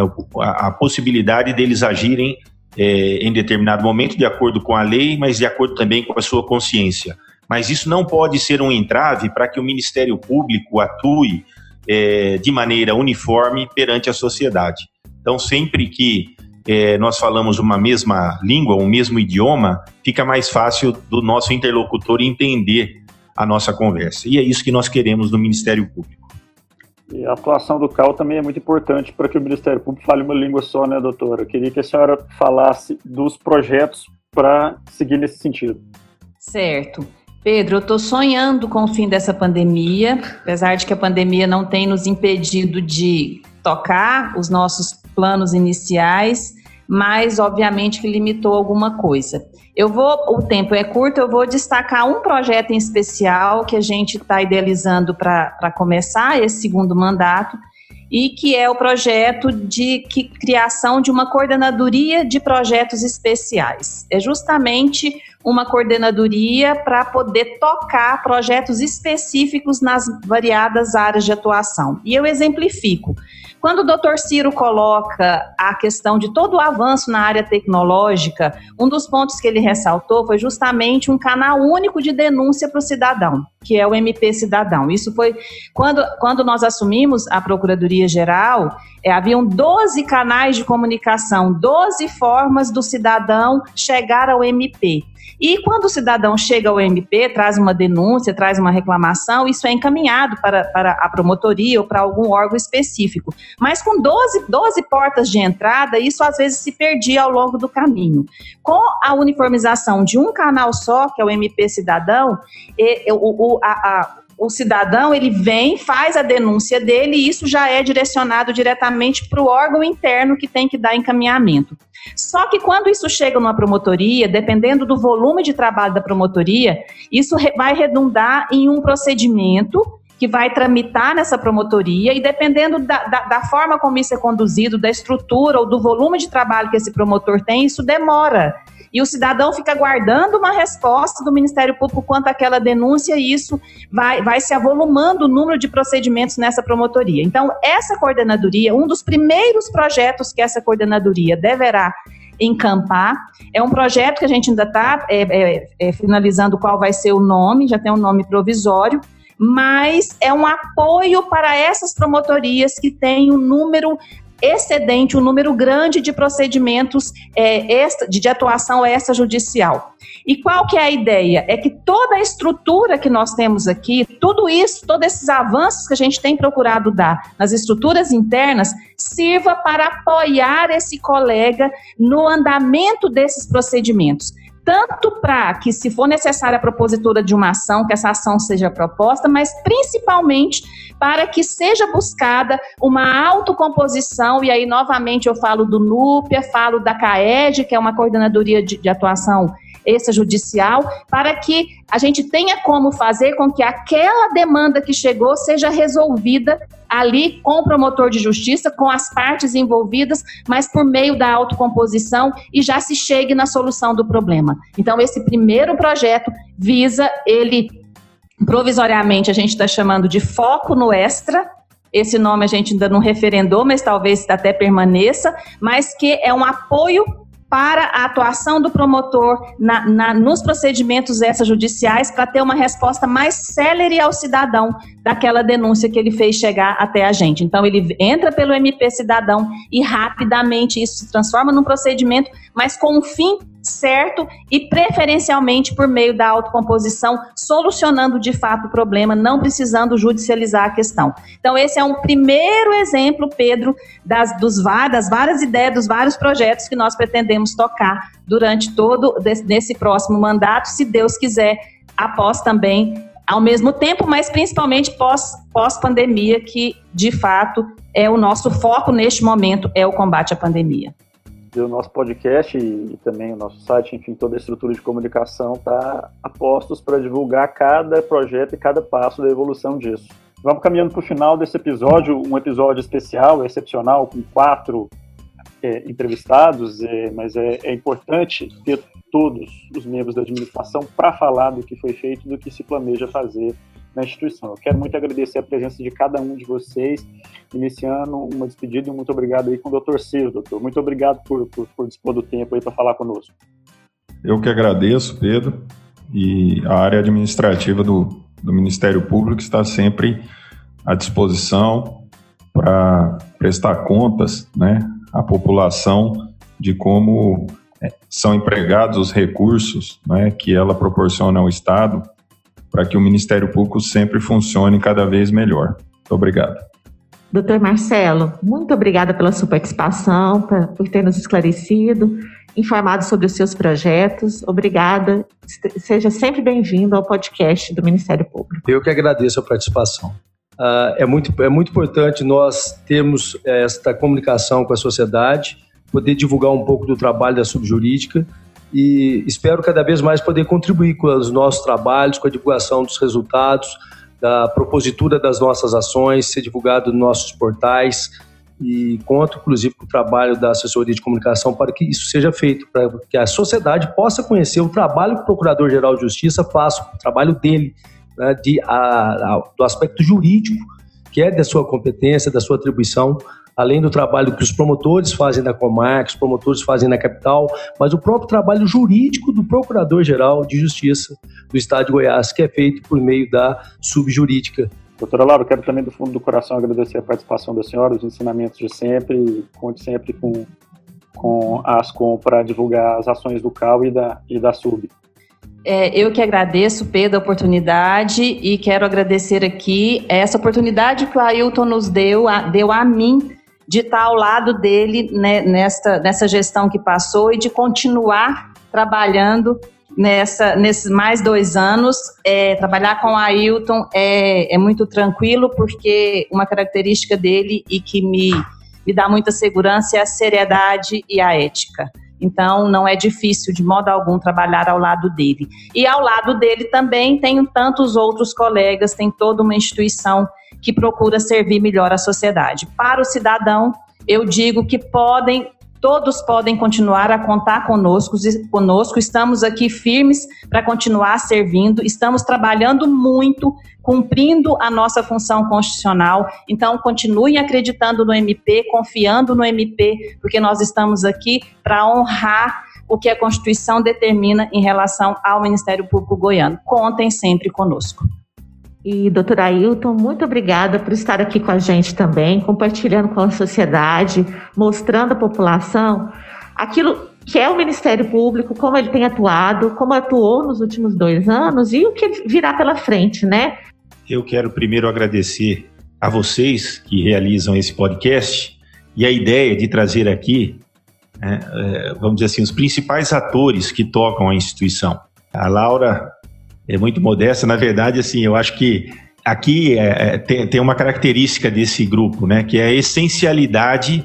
a possibilidade deles agirem em determinado momento de acordo com a lei, mas de acordo também com a sua consciência. Mas isso não pode ser um entrave para que o Ministério Público atue de maneira uniforme perante a sociedade. Então, sempre que nós falamos uma mesma língua, um mesmo idioma, fica mais fácil do nosso interlocutor entender a nossa conversa. E é isso que nós queremos no Ministério Público. E a atuação do CAL também é muito importante para que o Ministério Público fale uma língua só, né, doutora? Eu queria que a senhora falasse dos projetos para seguir nesse sentido. Certo. Pedro, eu estou sonhando com o fim dessa pandemia, apesar de que a pandemia não tem nos impedido de tocar os nossos planos iniciais, mas obviamente que limitou alguma coisa. O tempo é curto, eu vou destacar um projeto em especial que a gente está idealizando para começar esse segundo mandato, e que é o projeto de criação de uma coordenadoria de projetos especiais. É justamente uma coordenadoria para poder tocar projetos específicos nas variadas áreas de atuação. E eu exemplifico. Quando o Dr. Ciro coloca a questão de todo o avanço na área tecnológica, um dos pontos que ele ressaltou foi justamente um canal único de denúncia para o cidadão, que é o MP Cidadão. Isso foi quando nós assumimos a Procuradoria-Geral, haviam 12 canais de comunicação, 12 formas do cidadão chegar ao MP. E quando o cidadão chega ao MP, traz uma denúncia, traz uma reclamação, isso é encaminhado para a promotoria ou para algum órgão específico. Mas com 12 portas de entrada, isso às vezes se perdia ao longo do caminho. Com a uniformização de um canal só, que é o MP Cidadão, o cidadão, ele vem, faz a denúncia dele e isso já é direcionado diretamente para o órgão interno que tem que dar encaminhamento. Só que quando isso chega numa promotoria, dependendo do volume de trabalho da promotoria, isso vai redundar em um procedimento que vai tramitar nessa promotoria e dependendo da forma como isso é conduzido, da estrutura ou do volume de trabalho que esse promotor tem, isso demora. E o cidadão fica aguardando uma resposta do Ministério Público quanto àquela denúncia e isso vai se avolumando o número de procedimentos nessa promotoria. Então, essa coordenadoria, um dos primeiros projetos que essa coordenadoria deverá encampar, é um projeto que a gente ainda está finalizando qual vai ser o nome, já tem um nome provisório, mas é um apoio para essas promotorias que têm um número excedente, um número grande de procedimentos de atuação extrajudicial. E qual que é a ideia? É que toda a estrutura que nós temos aqui, tudo isso, todos esses avanços que a gente tem procurado dar nas estruturas internas, sirva para apoiar esse colega no andamento desses procedimentos. Tanto para que, se for necessária a propositura de uma ação, que essa ação seja proposta, mas principalmente para que seja buscada uma autocomposição, e aí novamente eu falo do NUPEA, falo da CAED, que é uma coordenadoria de atuação extrajudicial, para que a gente tenha como fazer com que aquela demanda que chegou seja resolvida ali com o promotor de justiça, com as partes envolvidas, mas por meio da autocomposição e já se chegue na solução do problema. Então, esse primeiro projeto visa, ele provisoriamente a gente está chamando de foco no extra, esse nome a gente ainda não referendou, mas talvez até permaneça, mas que é um apoio para a atuação do promotor nos procedimentos extrajudiciais para ter uma resposta mais célere ao cidadão daquela denúncia que ele fez chegar até a gente. Então, ele entra pelo MP Cidadão e rapidamente isso se transforma num procedimento, mas com um fim certo e preferencialmente por meio da autocomposição, solucionando de fato o problema, não precisando judicializar a questão. Então, esse é um primeiro exemplo, Pedro, das várias ideias, dos vários projetos que nós pretendemos tocar durante todo nesse próximo mandato, se Deus quiser, após também, ao mesmo tempo, mas principalmente pós-pandemia, que de fato é o nosso foco neste momento, é o combate à pandemia. O nosso podcast e também o nosso site, enfim, toda a estrutura de comunicação está a postos para divulgar cada projeto e cada passo da evolução disso. Vamos caminhando para o final desse episódio, um episódio especial, excepcional, com 4 entrevistados, mas é importante ter todos os membros da administração para falar do que foi feito e do que se planeja fazer na instituição. Eu quero muito agradecer a presença de cada um de vocês, iniciando uma despedida e muito obrigado aí com o Dr. Ciro, doutor. Muito obrigado por dispor do tempo aí para falar conosco. Eu que agradeço, Pedro. e a área administrativa do Ministério Público está sempre à disposição para prestar contas, né, à população de como são empregados os recursos, né, que ela proporciona ao Estado, para que o Ministério Público sempre funcione cada vez melhor. Muito obrigado. Doutor Marcelo, muito obrigada pela sua participação, por ter nos esclarecido, informado sobre os seus projetos. Obrigada. Seja sempre bem-vindo ao podcast do Ministério Público. Eu que agradeço a participação. É muito importante nós termos esta comunicação com a sociedade, poder divulgar um pouco do trabalho da subjurídica e espero cada vez mais poder contribuir com os nossos trabalhos, com a divulgação dos resultados, da propositura das nossas ações, ser divulgado nos nossos portais, e conto, inclusive, com o trabalho da assessoria de comunicação para que isso seja feito, para que a sociedade possa conhecer o trabalho que o Procurador-Geral de Justiça faz, o trabalho dele, né, do aspecto jurídico, que é da sua competência, da sua atribuição, além do trabalho que os promotores fazem na comarca, os promotores fazem na capital, mas o próprio trabalho jurídico do Procurador-Geral de Justiça do Estado de Goiás, que é feito por meio da subjurídica. Doutora Laura, quero também do fundo do coração agradecer a participação da senhora, os ensinamentos de sempre, e conte sempre com a Ascom para divulgar as ações do CAU e da SUB. Eu que agradeço, Pedro, a oportunidade, e quero agradecer aqui essa oportunidade que o Ailton nos deu a mim, de estar ao lado dele, né, nessa gestão que passou, e de continuar trabalhando nesses mais 2 anos. Trabalhar com o Ailton é muito tranquilo, porque uma característica dele e que me dá muita segurança é a seriedade e a ética. Então, não é difícil de modo algum trabalhar ao lado dele. E ao lado dele também tenho tantos outros colegas, tem toda uma instituição que procura servir melhor a sociedade. Para o cidadão, eu digo que todos podem continuar a contar conosco, estamos aqui firmes para continuar servindo, estamos trabalhando muito, cumprindo a nossa função constitucional, então continuem acreditando no MP, confiando no MP, porque nós estamos aqui para honrar o que a Constituição determina em relação ao Ministério Público Goiano. Contem sempre conosco. E, doutor Ailton, muito obrigada por estar aqui com a gente também, compartilhando com a sociedade, mostrando à população aquilo que é o Ministério Público, como ele tem atuado, como atuou nos últimos 2 anos e o que virá pela frente, né? Eu quero primeiro agradecer a vocês que realizam esse podcast e a ideia de trazer aqui, vamos dizer assim, os principais atores que tocam a instituição. A Laura é muito modesta, na verdade, assim, eu acho que aqui tem uma característica desse grupo, né, que é a essencialidade.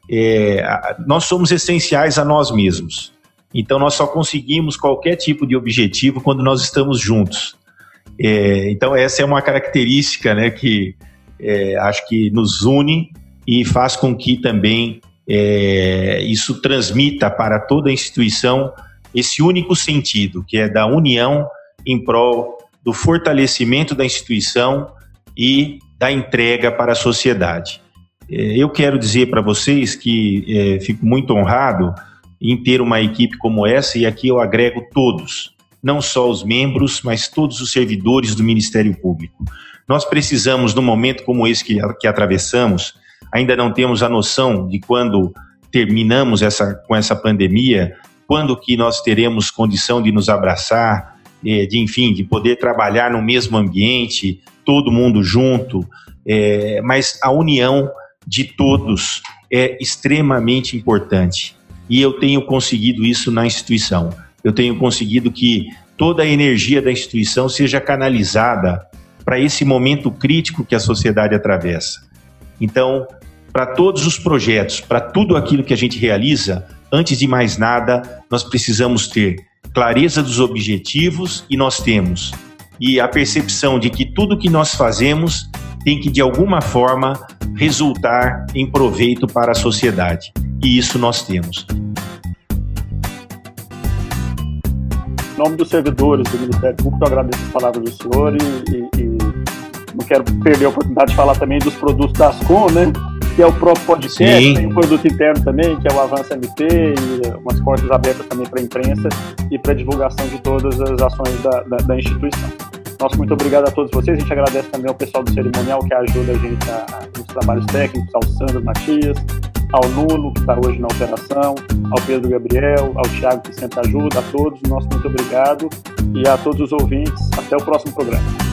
Nós somos essenciais a nós mesmos, então nós só conseguimos qualquer tipo de objetivo quando nós estamos juntos. Então essa é uma característica, né, que acho que nos une e faz com que também isso transmita para toda a instituição esse único sentido, que é da união em prol do fortalecimento da instituição e da entrega para a sociedade. Eu quero dizer para vocês que fico muito honrado em ter uma equipe como essa, e aqui eu agrego todos, não só os membros, mas todos os servidores do Ministério Público. Nós precisamos, num momento como esse que atravessamos, ainda não temos a noção de quando terminamos com essa pandemia, quando que nós teremos condição de nos abraçar, de poder trabalhar no mesmo ambiente, todo mundo junto, mas a união de todos é extremamente importante. E eu tenho conseguido isso na instituição. Eu tenho conseguido que toda a energia da instituição seja canalizada para esse momento crítico que a sociedade atravessa. Então, para todos os projetos, para tudo aquilo que a gente realiza, antes de mais nada, nós precisamos ter clareza dos objetivos, e nós temos. E a percepção de que tudo que nós fazemos tem que, de alguma forma, resultar em proveito para a sociedade. E isso nós temos. Em nome dos servidores do Ministério Público, eu agradeço as palavras do senhor e não quero perder a oportunidade de falar também dos produtos da Ascom, né? que é o próprio podcast, Sim. tem um produto interno também, que é o Avança MP, e umas portas abertas também para a imprensa e para a divulgação de todas as ações da instituição. Nosso muito obrigado a todos vocês. A gente agradece também ao pessoal do cerimonial que ajuda a gente nos trabalhos técnicos, ao Sandro Matias, ao Nuno, que está hoje na operação, ao Pedro Gabriel, ao Thiago, que sempre ajuda, a todos. Nosso muito obrigado e a todos os ouvintes. Até o próximo programa.